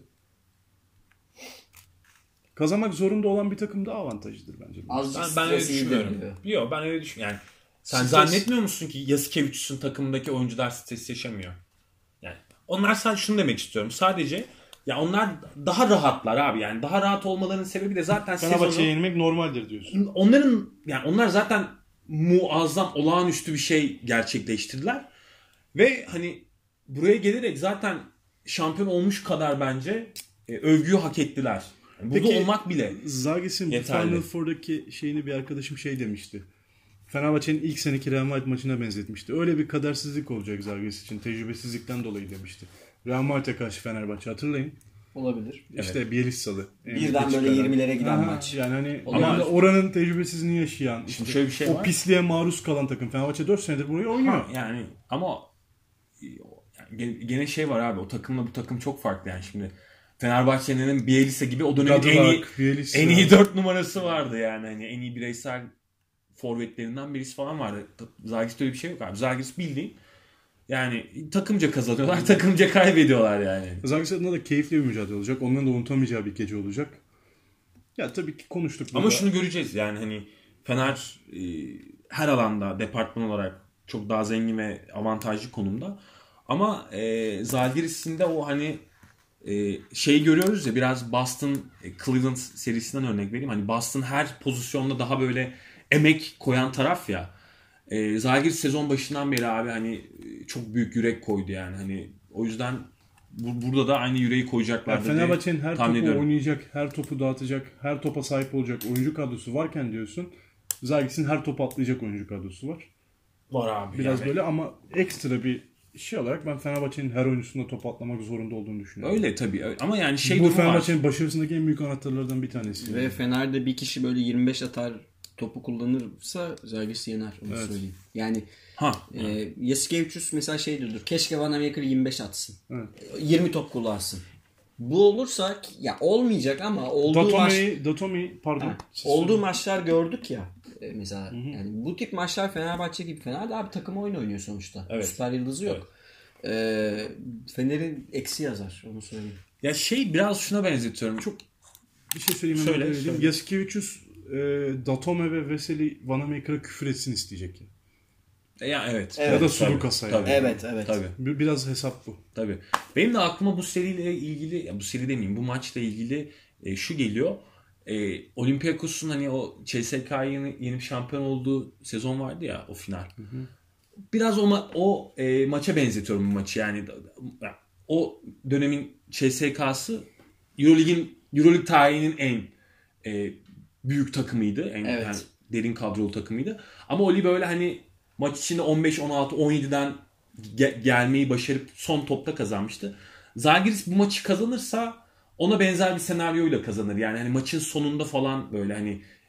Kazanmak zorunda olan bir takım daha avantajlıdır bence. Azıcık Ben, ben öyle stres iyi düşünmüyorum. deniyor. Yok ben öyle düşünmüyorum. Yani sen Stres- zannetmiyor musun ki Yasikevicius'un takımındaki oyuncular stres yaşamıyor? Yani onlar sadece şunu demek istiyorum. Sadece ya onlar daha rahatlar abi. Yani daha rahat olmalarının sebebi de zaten Fenerbahçe'ye sezonu yenilmek normaldir diyorsun. onların yani onlar zaten muazzam olağanüstü bir şey gerçekleştirdiler. Ve hani buraya gelerek zaten şampiyon olmuş kadar bence e, övgüyü hak ettiler. Yani burada Peki, olmak bile Zalgiris'in yeterli. Final Four'daki şeyini bir arkadaşım şey demişti. Fenerbahçe'nin ilk seneki Real Madrid maçına benzetmişti. Öyle bir kadersizlik olacak Zalgiris için. Tecrübesizlikten dolayı demişti. Real Madrid'e karşı Fenerbahçe hatırlayın. Olabilir. İşte Bielitsa'lı. Birden böyle yirmilere giden maç. Yani hani Ama- yani oranın tecrübesizliğini yaşayan, işte şöyle bir şey o var. pisliğe maruz kalan takım. Fenerbahçe dört senedir buraya oynuyor. Ha, yani ama yani gene şey var abi o takımla bu takım çok farklı yani şimdi Fenerbahçe'nin Bielitsa gibi o dönemin en iyi Kadılak, Bielitsa. en iyi dört numarası vardı yani hani en iyi bireysel forvetlerinden birisi falan vardı. Zalgiris'te öyle bir şey yok abi. Zalgiris bildiğin yani takımca kazanıyorlar, takımca kaybediyorlar yani. Zalgiris adına da keyifli bir mücadele olacak. Onların da unutamayacağı bir gece olacak. Ya tabii ki konuştuk. Ama burada. şunu göreceğiz yani hani Fener e, her alanda departman olarak çok daha zengin ve avantajlı konumda. Ama e, Zalgiris'in de o hani e, şeyi görüyoruz ya biraz Boston e, Cleveland serisinden örnek vereyim. Hani Boston her pozisyonda daha böyle emek koyan taraf ya. E, Zalgiris sezon başından beri abi hani e, çok büyük yürek koydu yani. Hani o yüzden bu, burada da aynı yüreği Ya koyacaklardır diye Fenerbahçe'nin her tahmin topu ediyorum. oynayacak, her topu dağıtacak, her topa sahip olacak oyuncu kadrosu varken diyorsun. Zalgiris'in her topu atlayacak oyuncu kadrosu var. Var abi. Biraz yani. böyle ama ekstra bir şey olarak ben Fenerbahçe'nin her oyuncusunda top atlamak zorunda olduğunu düşünüyorum. Öyle tabii öyle. Ama yani şey Bu durumu var. Fenerbahçe'nin başarısındaki en büyük anahtarlardan bir tanesi. Ve yani. Fener'de bir kişi böyle yirmi beş atar topu kullanırsa Zalgiris yener. Onu Evet. söyleyeyim. Yani Ha. e, Yasikevicius mesela şey diyordur. Keşke Vanamaker yirmi beş atsın. Evet. yirmi top kullansın. Bu olursa ya olmayacak ama olduğu maç Datome'yi, Datome'yi pardon. Ha, olduğu maçlar gördük ya. E, mesela yani bu tip maçlar Fenerbahçe gibi Fener de abi takım oyunu oynuyor sonuçta. Evet. Süper yıldızı yok. E, Fener'in eksi yazar onu söyleyeyim. Ya şey biraz şuna benzetiyorum. Çok Bir şey söyleyeyim. Söyle, hemen söyleyeyim. söyle. Yasikevicius, e, Datome ve Veseli Vanamaker'a küfür etsin isteyecek. Yani. ya evet. Evet. Ya da Tabii, Sulukas'a yani. tabii. Evet evet. Tabii. Bir- Biraz hesap bu. Tabii. Benim de aklıma bu seriyle ilgili, ya bu seri demeyeyim, bu maçla ilgili e, şu geliyor. E, Olympiakos'un hani o C S K'yı yeni, yenip şampiyon olduğu sezon vardı ya o final. Biraz o ma- o e, maça benzetiyorum bu maçı yani. Ya, o dönemin C S K'sı EuroLeague'in EuroLeague tarihinin en e, büyük takımıydı. En Evet. yani derin kadrolu takımıydı. Ama Oli böyle hani maç içinde on beş, on altı, on yediden ge- gelmeyi başarıp son topta kazanmıştı. Zalgiris bu maçı kazanırsa ona benzer bir senaryoyla kazanır. Yani hani maçın sonunda falan böyle hani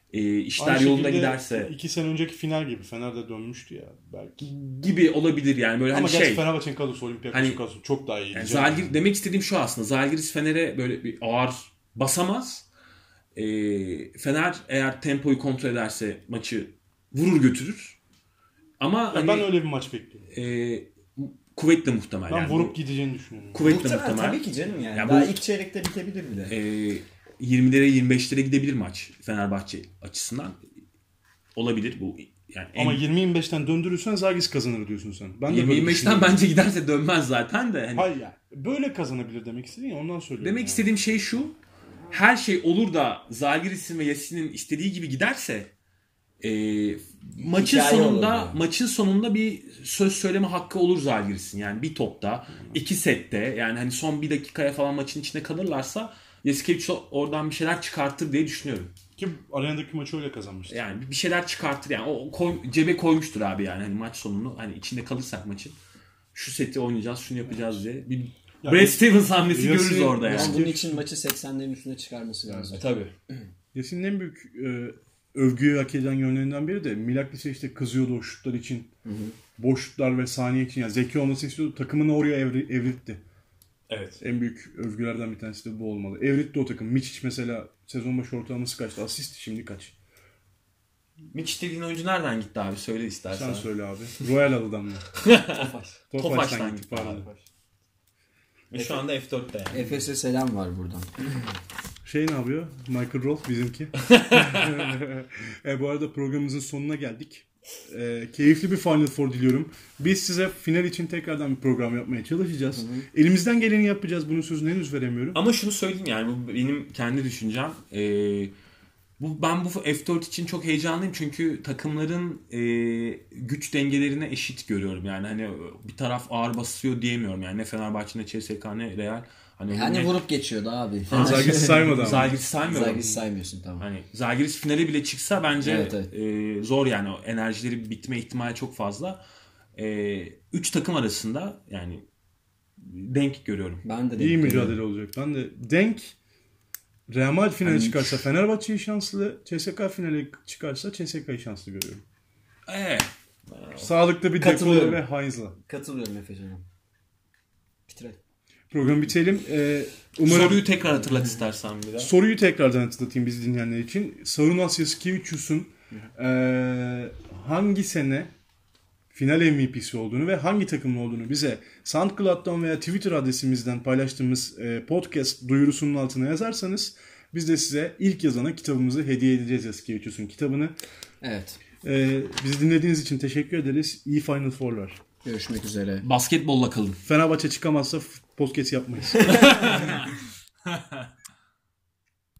e, işler Aynı yolunda şekilde giderse iki sene önceki final gibi Fener'de dönmüştü ya belki. gibi olabilir yani böyle Ama hani gerçi şey. Fenerbahçe'nin kadrosu Olympiakos'un Hani- kadrosu çok daha iyi. Yani Zalgiris, demek istediğim şu aslında. Zalgiris Fener'e böyle bir ağır basamaz. E, Fener eğer tempoyu kontrol ederse maçı vurur götürür. Ama Ya hani ben öyle bir maç bekliyorum. e, kuvvetle muhtemel. Ben yani vurup bu- gideceğini düşünüyorum. Kuvvetle Muhtemelen muhtemel. tabii ki canım yani. Ya Daha bu- ilk çeyrekte bitebilir bile. e, yirmilere yirmi beşlere gidebilir maç Fenerbahçe açısından. Olabilir bu. Yani en- Ama yirmi yirmi beşten döndürürsen Zalgiris kazanır diyorsun sen. Ben de yirmi böyle yirmi beşten düşünüyorum. bence giderse dönmez zaten de. Hani Hayır ya. Böyle kazanabilir demek istedin ya ondan söylüyorum. demek yani. istediğim şey şu. Her şey olur da Zalgiris'in ve Yasin'in istediği gibi giderse e, maçın Hikaye olur sonunda yani. maçın sonunda bir söz söyleme hakkı olur Zalgiris'in. Yani bir topta, iki sette yani hani son bir dakikaya falan maçın içinde kalırlarsa Jasikevic oradan bir şeyler çıkartır diye düşünüyorum. Ki arenadaki maçı öyle kazanmıştı. Yani bir şeyler çıkartır yani. O koy, cebe koymuştur abi yani hani maç sonunu hani içinde kalırsak maçın şu seti oynayacağız, şunu yapacağız diye. Bir Ya Brad biz- Stevens hamlesi Yasin- görürüz orada yani. Ama Yasin- bunun için maçı seksenlerin üstüne çıkarması lazım. Tabii. Yasin'in en büyük e, övgüyü hak eden yönlerinden biri de Milaklis'e işte kızıyordu o şutlar için. Boş şutlar ve saniye için. Yani zeki olması istiyordu. Takımını oraya evri, evritti. Evet. En büyük övgülerden bir tanesi de bu olmalı. Evritti o takım. Miçic mesela sezon başı ortalaması kaçtı? Asist şimdi kaç? Mitch dediğin oyuncu nereden gitti abi? Söyle istersen. Sen söyle abi. Royal Alı'dan mı? Tofaş. Tofaş'tan gitti. gitti Pardon. abi. Ve şu anda F dörtte yani. Efes'e selam var buradan. Şey ne yapıyor? Michael Rolfe bizimki. e, bu arada programımızın sonuna geldik. E, keyifli bir Final Four diliyorum. Biz size final için tekrardan bir program yapmaya çalışacağız. Elimizden geleni yapacağız. Bunun sözünü henüz veremiyorum. Ama şunu söyleyeyim yani bu benim kendi düşüncem. Ee, bu ben bu F dört için çok heyecanlıyım çünkü takımların e, güç dengelerine eşit görüyorum. Yani hani bir taraf ağır basıyor diyemiyorum. Yani ne Fenerbahçe ne C S K ne Real. Hani Yani ne- vurup geçiyordu abi. Zalgiris saymadı ama. Zalgiris saymıyorum. Zalgiris saymıyorsun tamam. Hani Zalgiris finale bile çıksa bence Evet, evet. e, zor yani o enerjileri bitme ihtimali çok fazla. E, üç takım arasında yani denk görüyorum. Ben de İyi denk mücadele geliyorum. olacak. Ben de denk Real Madrid finale Hani- çıkarsa Fenerbahçe'yi şanslı, C S K finale çıkarsa C S K'yı şanslı görüyorum. Evet. Sağlıklı bir Katılıyorum. Dekola ve Heinz'la. Katılıyorum Efe canım. Bitirelim. Programı bitelim. Ee, umarım Soruyu tekrar hatırlat istersen bir daha. Soruyu tekrardan hatırlatayım bizi dinleyenler için. Sarunas Yasikevicius'un ee, hangi sene final M V P'si olduğunu ve hangi takımın olduğunu bize SoundCloud'dan veya Twitter adresimizden paylaştığımız e, podcast duyurusunun altına yazarsanız biz de size ilk yazana kitabımızı hediye edeceğiz, Yasikevicius'un kitabını. Evet. E, bizi dinlediğiniz için teşekkür ederiz. İyi Final Four'lar. Görüşmek üzere. Basketbolla kalın. Fenerbahçe çıkamazsa podcast yapmayız.